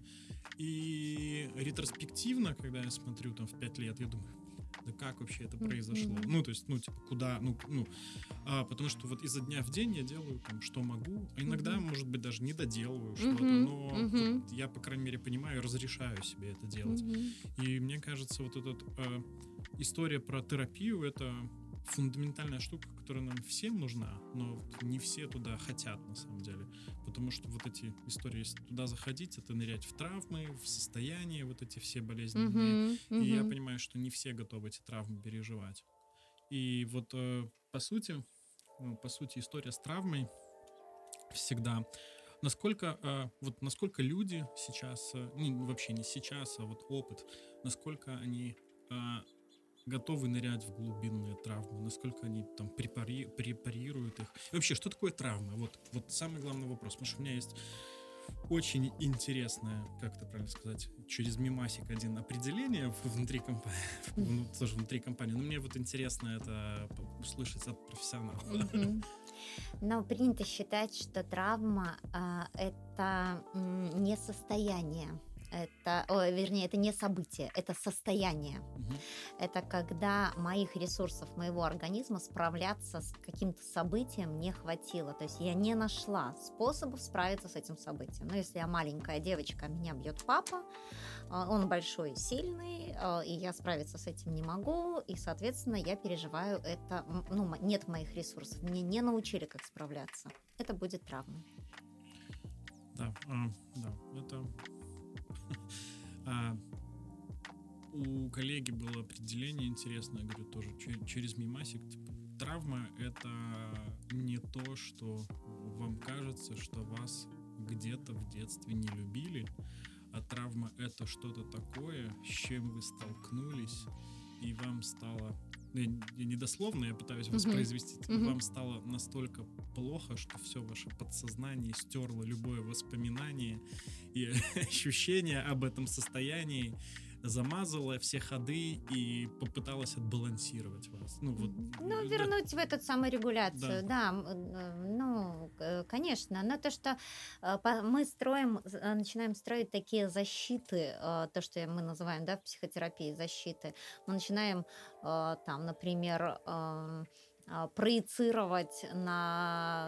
S2: И ретроспективно, когда я смотрю там в пять лет, я думаю, да как вообще это произошло?
S1: Мгм.
S2: Ну, то есть, ну, типа, куда, ну, ну, а, потому что вот изо дня в день я делаю там, что могу, а иногда,
S1: Мгм.
S2: может быть, даже не доделываю что-то,
S1: Мгм.
S2: но
S1: Мгм.
S2: вот я, по крайней мере, понимаю и разрешаю себе это делать.
S1: Мгм.
S2: И мне кажется, вот эта история про терапию — это фундаментальная штука, которая нам всем нужна, но вот не все туда хотят на самом деле, потому что вот эти истории, если туда заходить, это нырять в травмы, в состояние, вот эти все болезненные,
S1: Мгм.
S2: и я
S1: Мгм.
S2: понимаю, что не все готовы эти травмы переживать. И вот э, по сути, ну, по сути, история с травмой всегда. Насколько, э, вот насколько люди сейчас, э, ну, вообще не сейчас, а вот опыт, насколько они э, готовы нырять в глубинные травмы, насколько они там препари- препарируют их. И вообще, что такое травма? Вот, вот самый главный вопрос. Потому что у меня есть очень интересное, как это правильно сказать, через мемасик один определение внутри компании, ну, тоже внутри компании. Но мне вот интересно это услышать от профессионала.
S1: Мгм. Но принято считать, что травма а, это м, не состояние. Это, о, вернее, это не событие, это состояние.
S2: Мгм.
S1: Это когда моих ресурсов, моего организма справляться с каким-то событием не хватило. То есть я не нашла способов справиться с этим событием. Ну, если я маленькая девочка, меня бьет папа, а, он большой и сильный, а, и я справиться с этим не могу, и, соответственно, я переживаю это, м, ну, м- нет моих ресурсов, мне не научили, как справляться. Это будет травма.
S2: Да, а, да, это... а, у коллеги было определение интересное, я говорю, тоже че- через мимасик, типа, травма — это не то, что вам кажется, что вас где-то в детстве не любили, а травма — это что-то такое, с чем вы столкнулись, и вам стало... ну, Я я не дословно, я пытаюсь
S1: Мгм.
S2: воспроизвести. типа,
S1: Мгм.
S2: Вам стало настолько плохо, что все ваше подсознание стерло любое воспоминание и ощущение об этом состоянии, замазало все ходы и попыталась отбалансировать вас. Ну, вот,
S1: Мгм. Ну,
S2: э, да,
S1: вернуть в эту саморегуляцию,
S2: да.
S1: да, м, э, ну, э, конечно, но то, что э, по- мы строим, з- э, начинаем строить такие защиты, э, то, что мы называем, да, в психотерапии защиты, мы начинаем э, там, например, эм, а, проецировать на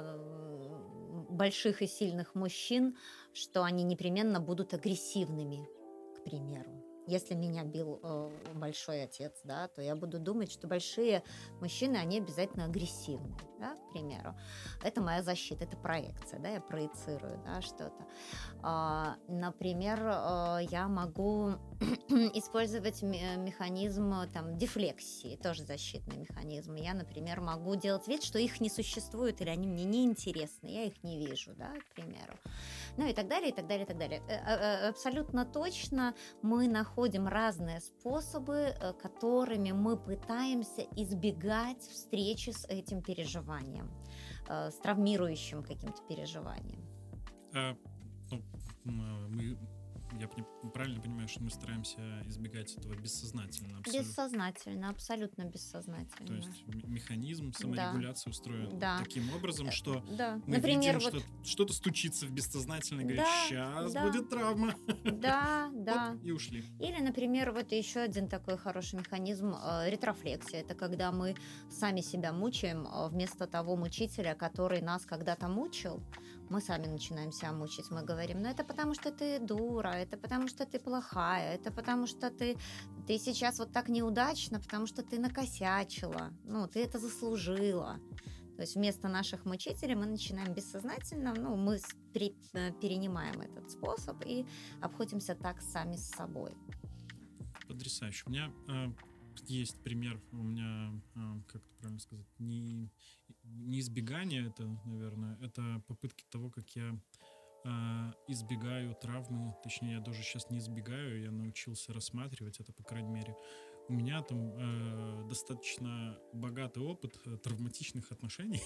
S1: м, больших и сильных мужчин, что они непременно будут агрессивными, к примеру. Если меня бил э, большой отец, да, то я буду думать, что большие мужчины, они обязательно агрессивны, да, к примеру. Это моя защита, это проекция, да, я проецирую, да, что-то. А, например, э, я могу использовать ме- механизм э, там, дефлексии, тоже защитный механизм. Я, например, могу делать вид, что их не существует или они мне не интересны, я их не вижу, да, к примеру. Ну и так далее, и так далее, и так далее. Э, э, э, Абсолютно точно мы находим разные способы, э, которыми мы пытаемся избегать встречи с этим переживанием, э, с травмирующим каким-то переживанием.
S2: А, ну, м, а, мы, я пони- правильно понимаю, что мы стараемся избегать этого бессознательно абсолютно.
S1: Бессознательно, абсолютно
S2: То
S1: бессознательно.
S2: есть м- механизм
S1: Да,
S2: саморегуляции устроен
S1: да,
S2: таким образом,
S1: э,
S2: что
S1: да.
S2: мы
S1: Например,
S2: видим,
S1: вот,
S2: что что-то стучится в бессознательное, и говорит,
S1: да,
S2: сейчас
S1: да,
S2: будет травма.
S1: да,
S2: Оп,
S1: да.
S2: и ушли.
S1: Или, например, вот еще один такой хороший механизм э, ретрофлексия. Это когда мы сами себя мучаем, э, вместо того мучителя, который нас когда-то мучил, мы сами начинаем себя мучить. Мы говорим, ну это потому что ты дура, это потому что ты плохая, это потому что ты, ты сейчас вот так неудачно, потому что ты накосячила, ну ты это заслужила. То есть вместо наших мучителей мы начинаем бессознательно, ну, мы с- пере- э, перенимаем этот способ и обходимся так сами с собой.
S2: Потрясающе. У меня а, есть пример, у меня, а, как это правильно сказать, не, не избегание это, наверное, это попытки того, как я а, избегаю травмы, точнее, я даже сейчас не избегаю, я научился рассматривать это, по крайней мере. У меня там э, достаточно богатый опыт э, травматичных отношений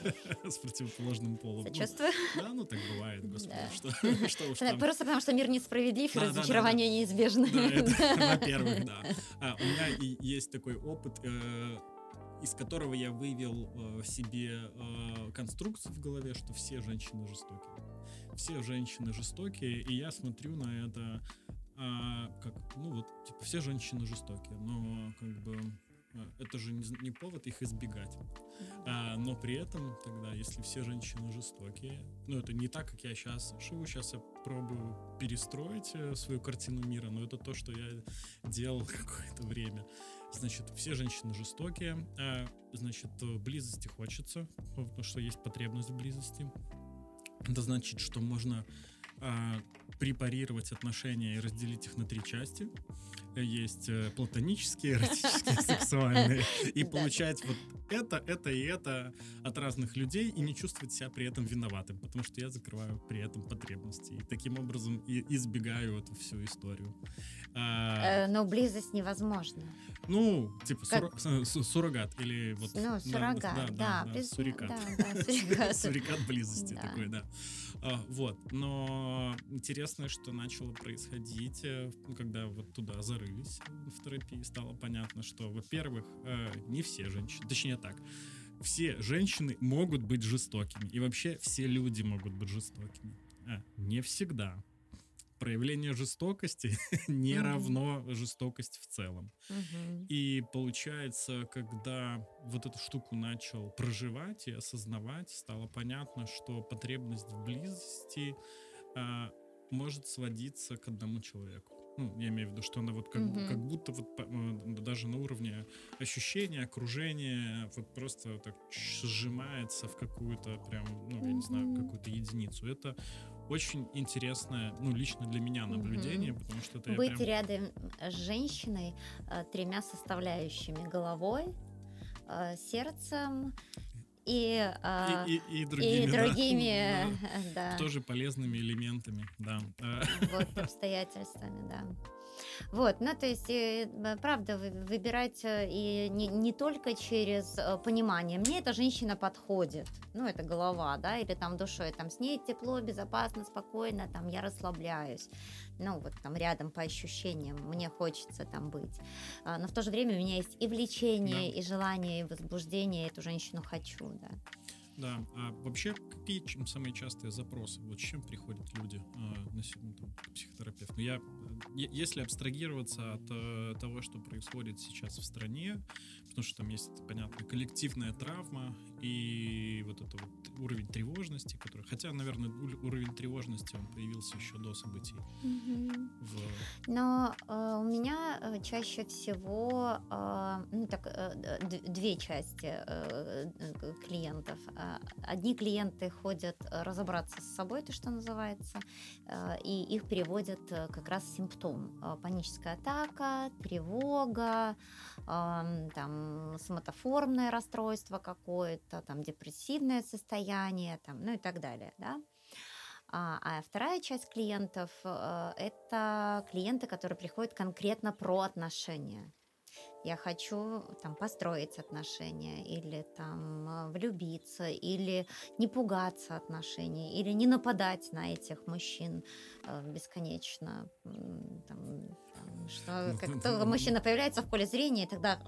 S2: с противоположным полом. Ну,
S1: Сочувствую.
S2: да, ну так бывает, господи,
S1: Да.
S2: что, что уж
S1: Э,
S2: там.
S1: Просто потому что мир несправедлив и
S2: Да, да, да, да.
S1: разочарование неизбежны.
S2: Да, это,
S1: Да.
S2: во-первых, да. А, у меня и есть такой опыт, э, из которого я вывел э, себе э, конструкцию в голове, что все женщины жестокие. Все женщины жестокие, и я смотрю на это а, как, ну вот, типа, все женщины жестокие, но как бы э, это же не, не повод их избегать. А, но при этом тогда, если все женщины жестокие, ну это не так, как я сейчас живу, сейчас я пробую перестроить э, свою картину мира, но это то, что я делал какое-то время. Значит, все женщины жестокие, а, значит, э, близости хочется, потому что есть потребность в близости. Это значит, что можно а, препарировать отношения и разделить их на три части. есть э, платонические, эротические, сексуальные, и получать вот это, это и это от разных людей и не чувствовать себя при этом виноватым, потому что я закрываю при этом потребности и таким образом и избегаю эту всю историю. А,
S1: Э, Но близость невозможна.
S2: ну, типа
S1: Как?
S2: сура- с- с- суррогат или вот
S1: Ну,
S2: да,
S1: суррогат,
S2: да,
S1: да,
S2: да, да,
S1: без-
S2: сурикат.
S1: да, да, суррогат.
S2: Сурикат близости
S1: Да.
S2: такой, да. А, Вот, но интересно, что начало происходить, э, ну, когда вот туда зарылись э, в терапии, стало понятно, что, во-первых, э, не все женщины, точнее так, все женщины могут быть жестокими, и вообще все люди могут быть жестокими. А, не всегда. Проявление жестокости не
S1: Мгм.
S2: равно жестокость в целом.
S1: Мгм.
S2: И получается, когда вот эту штуку начал проживать и осознавать, стало понятно, что потребность в близости а, может сводиться к одному человеку. Ну, я имею в виду, что она вот как, бу-
S1: Мгм.
S2: как будто вот по- э, даже на уровне ощущения, окружения вот просто так сжимается в какую-то прям, ну, я не знаю,
S1: Мгм.
S2: какую-то единицу. Это очень интересное, ну, лично для меня наблюдение,
S1: Мгм.
S2: потому что это я
S1: Быть
S2: прям...
S1: рядом с женщиной э, тремя составляющими: головой, э, сердцем и, э,
S2: И, и, и
S1: и
S2: другими, да,
S1: другими,
S2: да,
S1: да,
S2: тоже полезными элементами, да. А,
S1: вот, обстоятельствами, да. Вот, ну, то есть, э, б- правда, вы- выбирать э, и не, не только через э, понимание, мне эта женщина подходит, ну, это голова, да, или там душой, там, с ней тепло, безопасно, спокойно, там, я расслабляюсь, ну, вот там рядом по ощущениям, мне хочется там быть. А, но в то же время у меня есть и влечение,
S2: Да.
S1: и желание, и возбуждение, я эту женщину хочу, да.
S2: Да, а вообще какие чем самые частые запросы? Вот с чем приходят люди а, на се- ну, там, к психотерапевту? Ну, Я, э, е- если абстрагироваться от э, того, что происходит сейчас в стране, потому что там есть, понятно, коллективная травма и вот это вот уровень тревожности, который, хотя, наверное, ур- уровень тревожности он появился еще до событий в...
S1: Но э, у меня э, чаще всего э, ну, так, э, д- д- две части э, э, к- клиентов. А, Одни клиенты ходят э, разобраться с собой, то, что называется, э, и их переводят э, как раз симптом. Э, Паническая атака, тревога, ам, там, соматоформное расстройство какое-то, там, депрессивное состояние, там, ну и так далее, да. А, а вторая часть клиентов э, это клиенты, которые приходят конкретно про отношения. Я хочу там построить отношения, или там э, влюбиться, или не пугаться отношений, или не нападать на этих мужчин э, бесконечно. М, там, там, что как только мужчина появляется в поле зрения, и тогда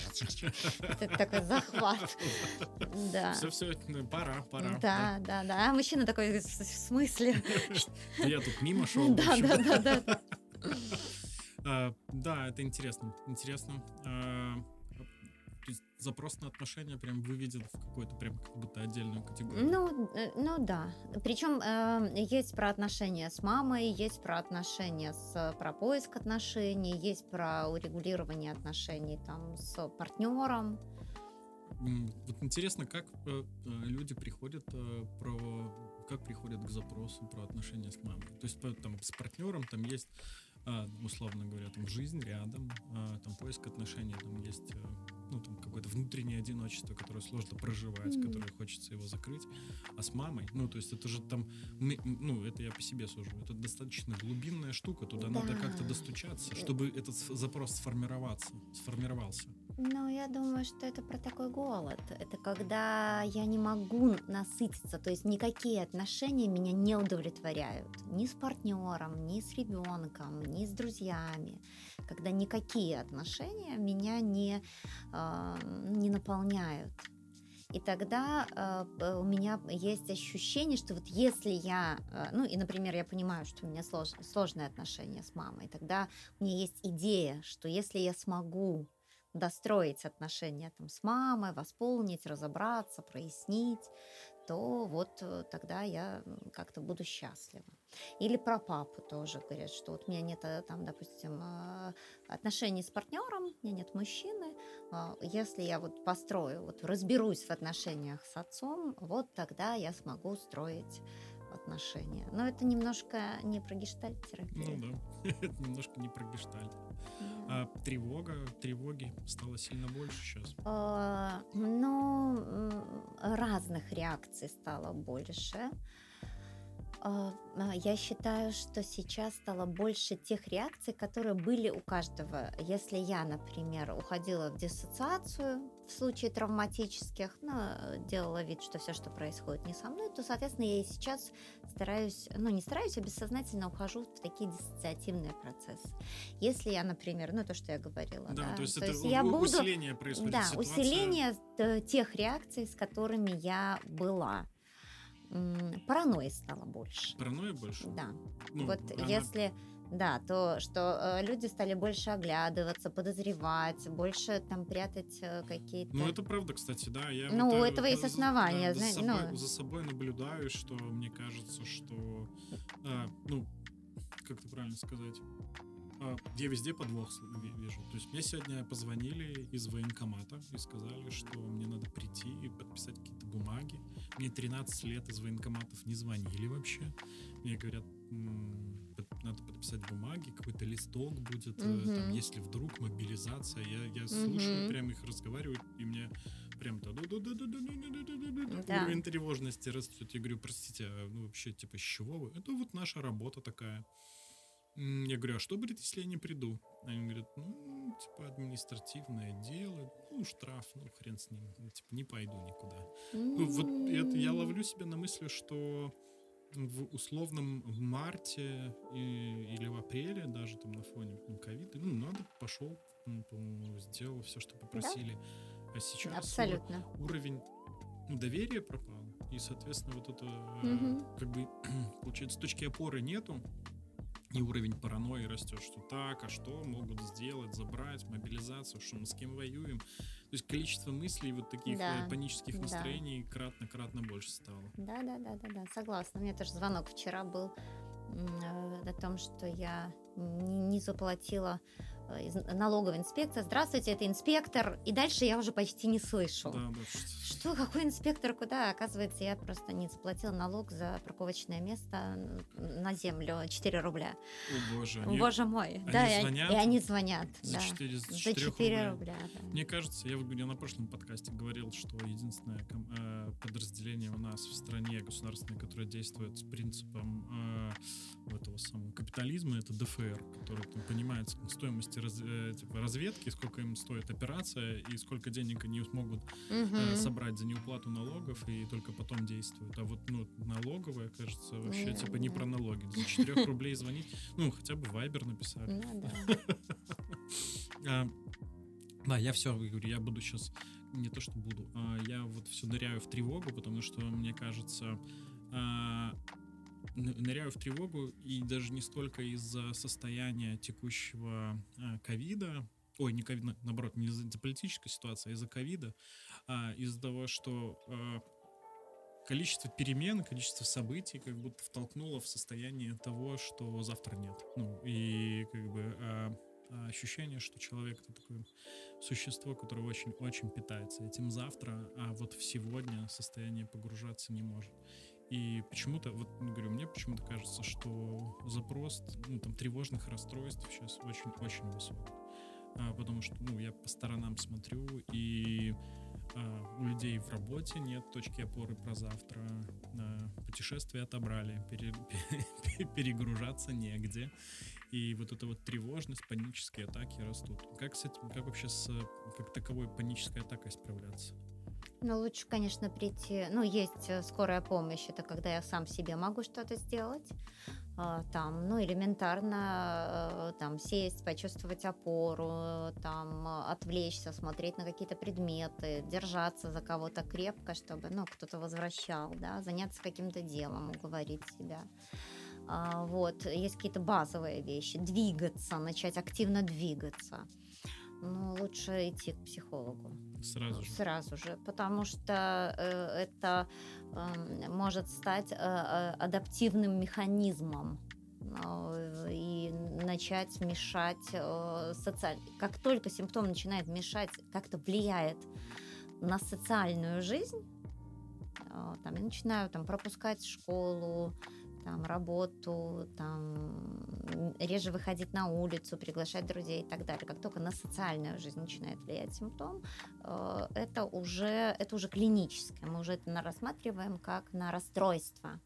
S1: это такой захват. Да.
S2: Все, все, пора, пора. да.
S1: Да, да, да. А мужчина такой: «В с- в смысле?»
S2: Я тут мимо шел.
S1: Да, да, да, да.
S2: А, Да, это интересно. Интересно. А, То есть запрос на отношения прям выведен в какую-то прям как будто отдельную категорию.
S1: Ну, э, ну да. Причем э, есть про отношения с мамой, есть про отношения с про поиск отношений, есть про урегулирование отношений там с партнером.
S2: М, Вот интересно, как э, э, люди приходят э, про как приходят к запросу про отношения с мамой. То есть по- там с партнером там есть, а, условно говоря, там жизнь рядом, а, там поиск отношений, там есть э, ну там какое-то внутреннее одиночество, которое сложно проживать,
S1: Мгм.
S2: которое хочется его закрыть. А с мамой, ну то есть это же там, мы- ну это я по себе сужу, это достаточно глубинная штука, туда надо как-то
S1: Да.
S2: достучаться, чтобы этот с- запрос сформироваться, сформировался.
S1: Ну, я думаю, что это про такой голод. Это когда я не могу насытиться, то есть никакие отношения меня не удовлетворяют. Ни с партнером, ни с ребенком, ни с друзьями. Когда никакие отношения меня не, а, не наполняют. И тогда э, п- у меня есть ощущение, что вот если я, э, ну и, например, я понимаю, что у меня слож- сложные отношения с мамой, тогда у меня есть идея, что если я смогу достроить отношения там с мамой, восполнить, разобраться, прояснить, то вот э, тогда я м, как-то буду счастлива. Или про папу тоже говорят, что вот у меня нет, э, там, допустим, э, отношений с партнером, у меня нет мужчины. А, Если я вот построю, вот разберусь в отношениях с отцом, вот тогда я смогу строить отношения. Но это немножко не про
S2: Ну
S1: гештальт-терапию.
S2: да, это немножко не про гештальт.
S1: Да.
S2: А тревога, тревоги стало сильно больше сейчас.
S1: А, Ну, м, разных реакций стало больше. А, а, Я считаю, что сейчас стало больше тех реакций, которые были у каждого. Если я, например, уходила в диссоциацию в случае травматических, ну, э, делала вид, что все, что происходит, не со мной, то, соответственно, я и сейчас стараюсь, ну, не стараюсь, а бессознательно ухожу в такие диссоциативные процессы. Если я, например, ну, то, что я говорила,
S2: Да,
S1: да,
S2: то есть
S1: то
S2: это
S1: есть
S2: у-
S1: я
S2: у-
S1: буду,
S2: усиление происходит.
S1: да,
S2: Ситуация.
S1: усиление э, тех реакций, с которыми я была. М, Паранойи стало больше.
S2: Паранойя больше.
S1: Да.
S2: Ну,
S1: Вот
S2: она-
S1: если, да, то, что э, люди стали больше оглядываться, подозревать, больше там прятать э, какие-то...
S2: Ну, это правда, кстати, да. Я
S1: Ну,
S2: вот,
S1: у
S2: э,
S1: этого есть
S2: за-
S1: основания,
S2: да, за,
S1: знаете,
S2: собой,
S1: ну.
S2: за собой наблюдаю, что мне кажется, что, а, ну, как это правильно сказать, а, я везде подвох с- ви- вижу. То есть мне сегодня позвонили из военкомата и сказали, что мне надо прийти и подписать какие-то бумаги. Мне тринадцать лет из военкоматов не звонили вообще. Мне говорят, м, под- надо подписать бумаги, какой-то листок будет, э, там,
S1: Мгм.
S2: если вдруг мобилизация. Я, я слушаю,
S1: Мгм.
S2: прям их разговаривают, и мне прям то
S1: Да.
S2: уровень тревожности растет. Я говорю, простите, а, ну вообще, типа, с чего вы? Это вот наша работа такая. М, Я говорю, а что будет, если я не приду? Они говорят, ну, типа, административное дело, ну, штраф, ну, хрен с ним, ну, типа, не пойду никуда. Ну, вот это я
S1: М.
S2: ловлю себя на мысли, что в условном в марте и- или в апреле, даже там на фоне ну, ковида, ну, надо, пошел, м, по- сделал все, что попросили. А сейчас уро-
S1: Абсолютно.
S2: уровень ну, доверия пропал, и, соответственно, вот это, э,
S1: Мгм.
S2: как бы, получается, точки опоры нету, и уровень паранойи растет, что так, а что могут сделать, забрать, мобилизацию, что мы с кем воюем. То есть количество мыслей, вот таких
S1: Да,
S2: э, панических
S1: да.
S2: настроений кратно-кратно больше стало.
S1: Да, да, да, да, да, согласна. У меня тоже звонок вчера был м, э, о том, что я не, не заплатила э, из налоговой инспекции. Здравствуйте, это инспектор. И дальше я уже почти не слышу.
S2: Да, да. что-
S1: Что, какой инспектор, куда? Оказывается, я просто не заплатила налог за парковочное место н- на землю четыре рубля.
S2: О боже, они
S1: Боже мой.
S2: они
S1: Да, и они-
S2: звонят
S1: и они звонят.
S2: за
S1: да.
S2: четыре, за
S1: За
S2: четырех
S1: четыре
S2: рублей.
S1: рубля. Да.
S2: Мне кажется, я, вот я на прошлом подкасте говорил, что единственное ком- э, подразделение у нас в стране государственное, которое действует с принципом э, этого самого капитализма, это ДФР, который там, понимает ск- стоимости раз- э, типа, разведки, сколько им стоит операция и сколько денег они смогут э,
S1: Мгм.
S2: собрать за неуплату налогов и только потом действуют. А вот ну, налоговая, кажется, вообще
S1: Не,
S2: типа не
S1: не.
S2: про налоги. За четырех рублей звонить, ну, хотя бы Вайбер написали.
S1: Ну, да.
S2: А, Да, я все говорю, я буду сейчас, не то что буду, а я вот все ныряю в тревогу, потому что, мне кажется, а, ны- ныряю в тревогу, и даже не столько из-за состояния текущего а, ковида, ой, не ковида, наоборот, не из-за политической ситуации, а из-за ковида, а из-за того, что а, количество перемен, количество событий как будто втолкнуло в состояние того, что завтра нет. Ну, и как бы а, а, ощущение, что человек это такое существо, которое очень-очень питается этим завтра, а вот в сегодня состояние погружаться не может. И почему-то, вот говорю, мне почему-то кажется, что запрос ну, там, тревожных расстройств сейчас очень-очень высок. А, потому что ну, я по сторонам смотрю, и а, у людей в работе нет точки опоры про завтра, а, путешествия отобрали, пере- перегружаться негде. И вот эта вот тревожность, панические атаки растут. Как с этим, как вообще с как таковой панической атакой справляться?
S1: Ну, лучше, конечно, прийти. Ну, есть э, скорая помощь, это когда я сам себе могу что-то сделать. А, Там, ну, элементарно, э, там, сесть, почувствовать опору, э, там, э, отвлечься, смотреть на какие-то предметы, держаться за кого-то крепко, чтобы, ну, кто-то возвращал, да, заняться каким-то делом, уговорить себя. А, Вот, есть какие-то базовые вещи. Двигаться, начать активно двигаться. Ну, лучше идти к психологу.
S2: Сразу же.
S1: Сразу же, потому что э, это эм, может стать э, э, адаптивным механизмом э, и начать мешать э, социально. Как только симптом начинает мешать, как-то влияет на социальную жизнь, э, там, я начинаю там, пропускать школу, там, работу, там, м, реже выходить на улицу, приглашать друзей и так далее. Как только на социальную жизнь начинает влиять симптом, э, это уже, это уже клиническое. Мы уже это на- рассматриваем как на расстройство.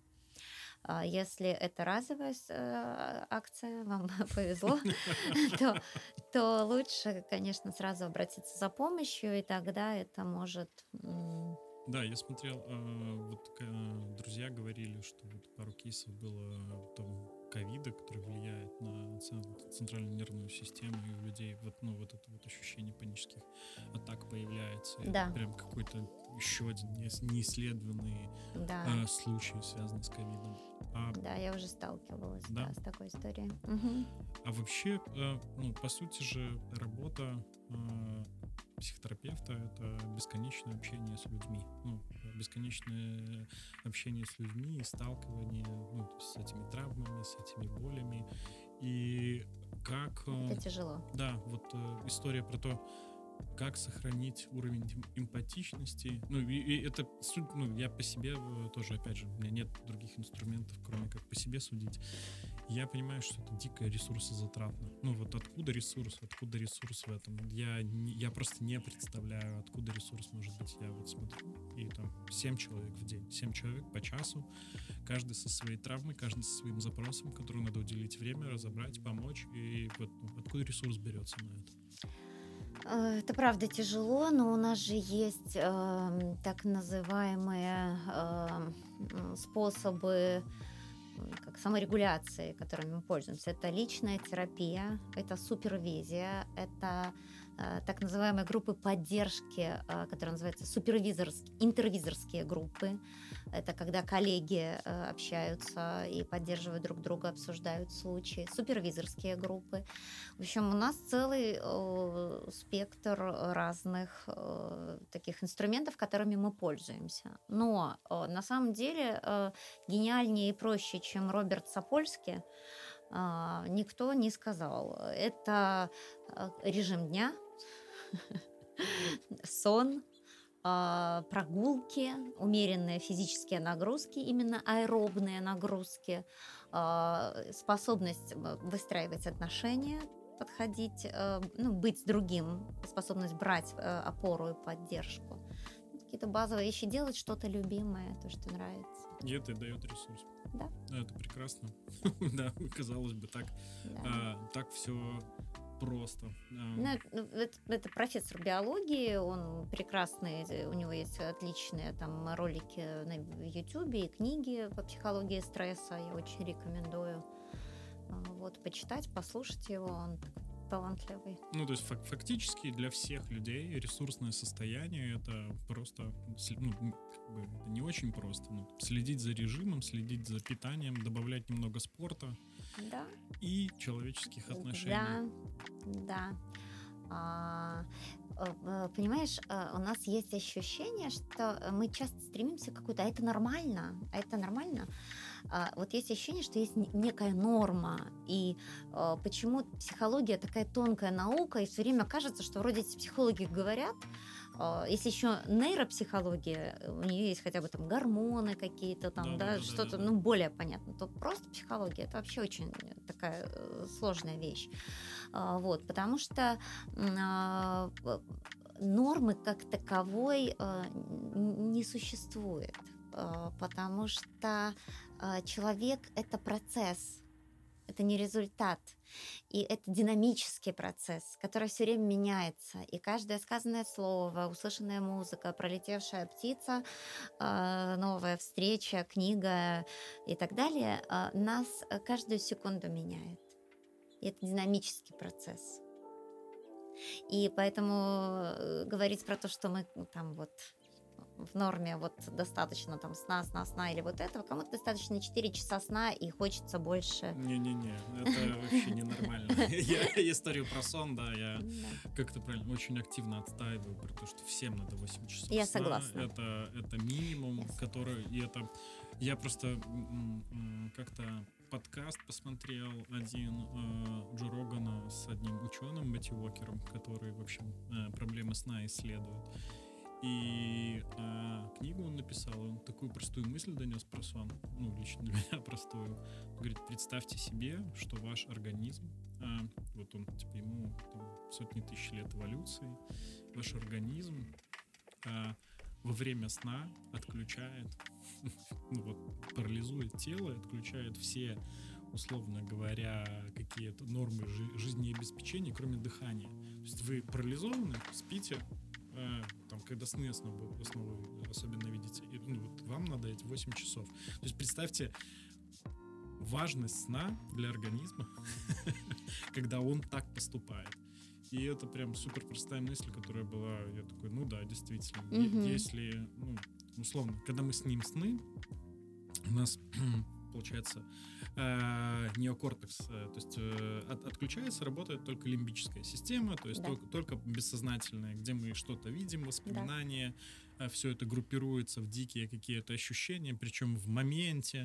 S1: А Если это разовая с- э, акция, вам повезло, то, то лучше, конечно, сразу обратиться за помощью, и тогда это может... м,
S2: Да, я смотрел, э, вот э, друзья говорили, что вот пару кейсов было там ковида, который влияет на цен- центральную нервную систему, и у людей вот, ну, вот это вот ощущение панических атак появляется. И это
S1: Да,
S2: прям какой-то еще один неис- неисследованный
S1: да,
S2: э, случай, связанный с ковидом. А,
S1: да, я уже сталкивалась,
S2: да,
S1: да, с такой историей. Мгм.
S2: а вообще, э, ну, по сути же, работа э, психотерапевта — это бесконечное общение с людьми. Ну, бесконечное общение с людьми и сталкивание, ну, то есть с этими травмами, с этими болями. И как, э,
S1: Это тяжело.
S2: да, вот э, история про то, как сохранить уровень эм- эмпатичности. Ну, и, и это суть, ну, я по себе э, тоже, опять же, у меня нет других инструментов, кроме как по себе судить. Я понимаю, что это дико ресурсозатратно. Ну, вот откуда ресурс, откуда ресурс в этом? Я, не- я просто не представляю, откуда ресурс может быть. Я вот смотрю, и там семь человек в день, семь человек по часу, каждый со своей травмой, каждый со своим запросом, который надо уделить время, разобрать, помочь. И вот ну, откуда ресурс берется на это?
S1: Э, Это правда тяжело, но у нас же есть эм, так называемые эм, м, способы м, как саморегуляции, которыми мы пользуемся. Это личная терапия, это супервизия, это э, так называемые группы поддержки, э, которые называются супервизорские, интервизорские группы. Это когда коллеги э, общаются и поддерживают друг друга, обсуждают случаи. Супервизорские группы. В общем, у нас целый э, спектр разных э, таких инструментов, которыми мы пользуемся. Но э, на самом деле э, гениальнее и проще, чем Роберт Сапольски, а, никто не сказал. Это э, режим дня, сон, а, прогулки, умеренные физические нагрузки, именно аэробные нагрузки, а, способность э, выстраивать отношения, подходить, э, ну, быть с другим, способность брать э, опору и поддержку. Какие-то базовые вещи, делать что-то любимое, то, что нравится.
S2: И это дает ресурс.
S1: Да,
S2: Это прекрасно. Да, казалось бы, так,
S1: да.
S2: а, так все просто.
S1: Ну,
S2: Ам,
S1: это, ну, это- это профессор биологии, он прекрасный, э, у него есть отличные там ролики на Ютубе и книги по психологии стресса, я очень рекомендую. А, Вот, почитать, послушать его, он такой талантливый.
S2: Ну, то есть фак- фактически для всех людей ресурсное состояние — это просто, сли- ну, м, как бы это не очень просто, но следить за режимом, следить за питанием, добавлять немного спорта
S1: Да,
S2: и человеческих отношений.
S1: да, да. А, э, э, Понимаешь, э, у нас есть ощущение, что мы часто стремимся к какой-то, а это нормально, а это нормально. А, Вот есть ощущение, что есть н- некая норма, и э, почему психология такая тонкая наука, и все время кажется, что вроде эти психологи говорят, а, если еще нейропсихология, э, у нее есть хотя бы там гормоны какие-то там, да, что-то,
S2: Да-да-да-да-да.
S1: ну, более понятно, то просто психология, это вообще очень такая э, сложная вещь. А, Вот, потому что м, а, п- нормы как таковой а, н- не существует, а, потому что а, человек — это процесс, это не результат. И это динамический процесс, который все время меняется. И каждое сказанное слово, услышанная музыка, пролетевшая птица, а, новая встреча, книга и так далее а, нас э, каждую секунду меняет. И это динамический процесс. И поэтому э, говорить про то, что мы ну, там вот в норме вот достаточно там сна, сна, сна или вот этого, кому-то достаточно четыре часа сна и хочется больше.
S2: Не-не-не, это вообще ненормально. Я историю про сон, да, я
S1: Да.
S2: как-то правильно очень активно отстаиваю про то, что всем надо восемь часов
S1: Я
S2: сна.
S1: согласна.
S2: Это, это минимум,
S1: Я согласна.
S2: который... И это... Я просто м, м, как-то подкаст посмотрел один э, Джо Рогана с одним ученым, Мэтью Уокером, который, в общем, э, проблемы сна исследует. И э, книгу он написал написал, он такую простую мысль донес про сон, ну, лично для меня простую. Он говорит, представьте себе, что ваш организм, а, вот он, типа, ему там, сотни тысяч лет эволюции, ваш организм а, во время сна отключает, ну, вот, парализует тело, отключает все, условно говоря, какие-то нормы жи- жизнеобеспечения, кроме дыхания. То есть вы парализованы, спите, э, там, когда сны основы, основы особенно видите, и, ну, вот вам надо эти восемь часов. То есть представьте важность сна для организма, когда он так поступает. И это прям супер простая мысль, которая была, я такой, ну да, действительно, е-
S1: Мгм.
S2: если, ну, условно, когда мы сним сны, у нас получается э, неокортекс, э, то есть э, от- отключается, работает только лимбическая система, то есть
S1: Да.
S2: только, только бессознательное, где мы что-то видим, воспоминания, все это группируется в дикие какие-то ощущения, причем в моменте,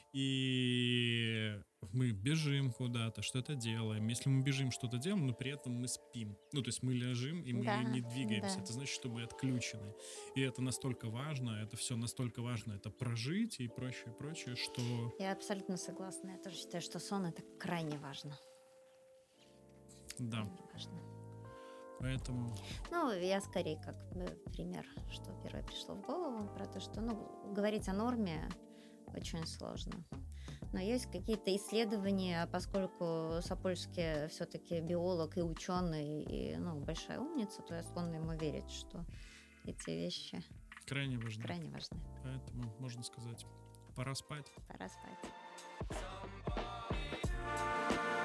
S2: и мы бежим куда-то, что-то делаем. Если мы бежим, что-то делаем, но при этом мы спим. Ну, то есть мы лежим, и мы
S1: Да,
S2: не двигаемся.
S1: да.
S2: Это значит, что мы отключены. И это настолько важно, это все настолько важно, это прожить и прочее, прочее, что...
S1: Я абсолютно согласна. Я тоже считаю, что сон это крайне важно.
S2: Да,
S1: Крайне важно.
S2: поэтому...
S1: Ну, я скорее как э, пример, что первое пришло в голову, про то, что, ну, говорить о норме очень сложно. Но есть какие-то исследования, поскольку Сапольский все-таки биолог и ученый, и, ну, большая умница, то я склонна ему верить, что эти вещи
S2: Крайне важно.
S1: крайне важны.
S2: Поэтому, можно сказать, пора спать.
S1: Пора спать.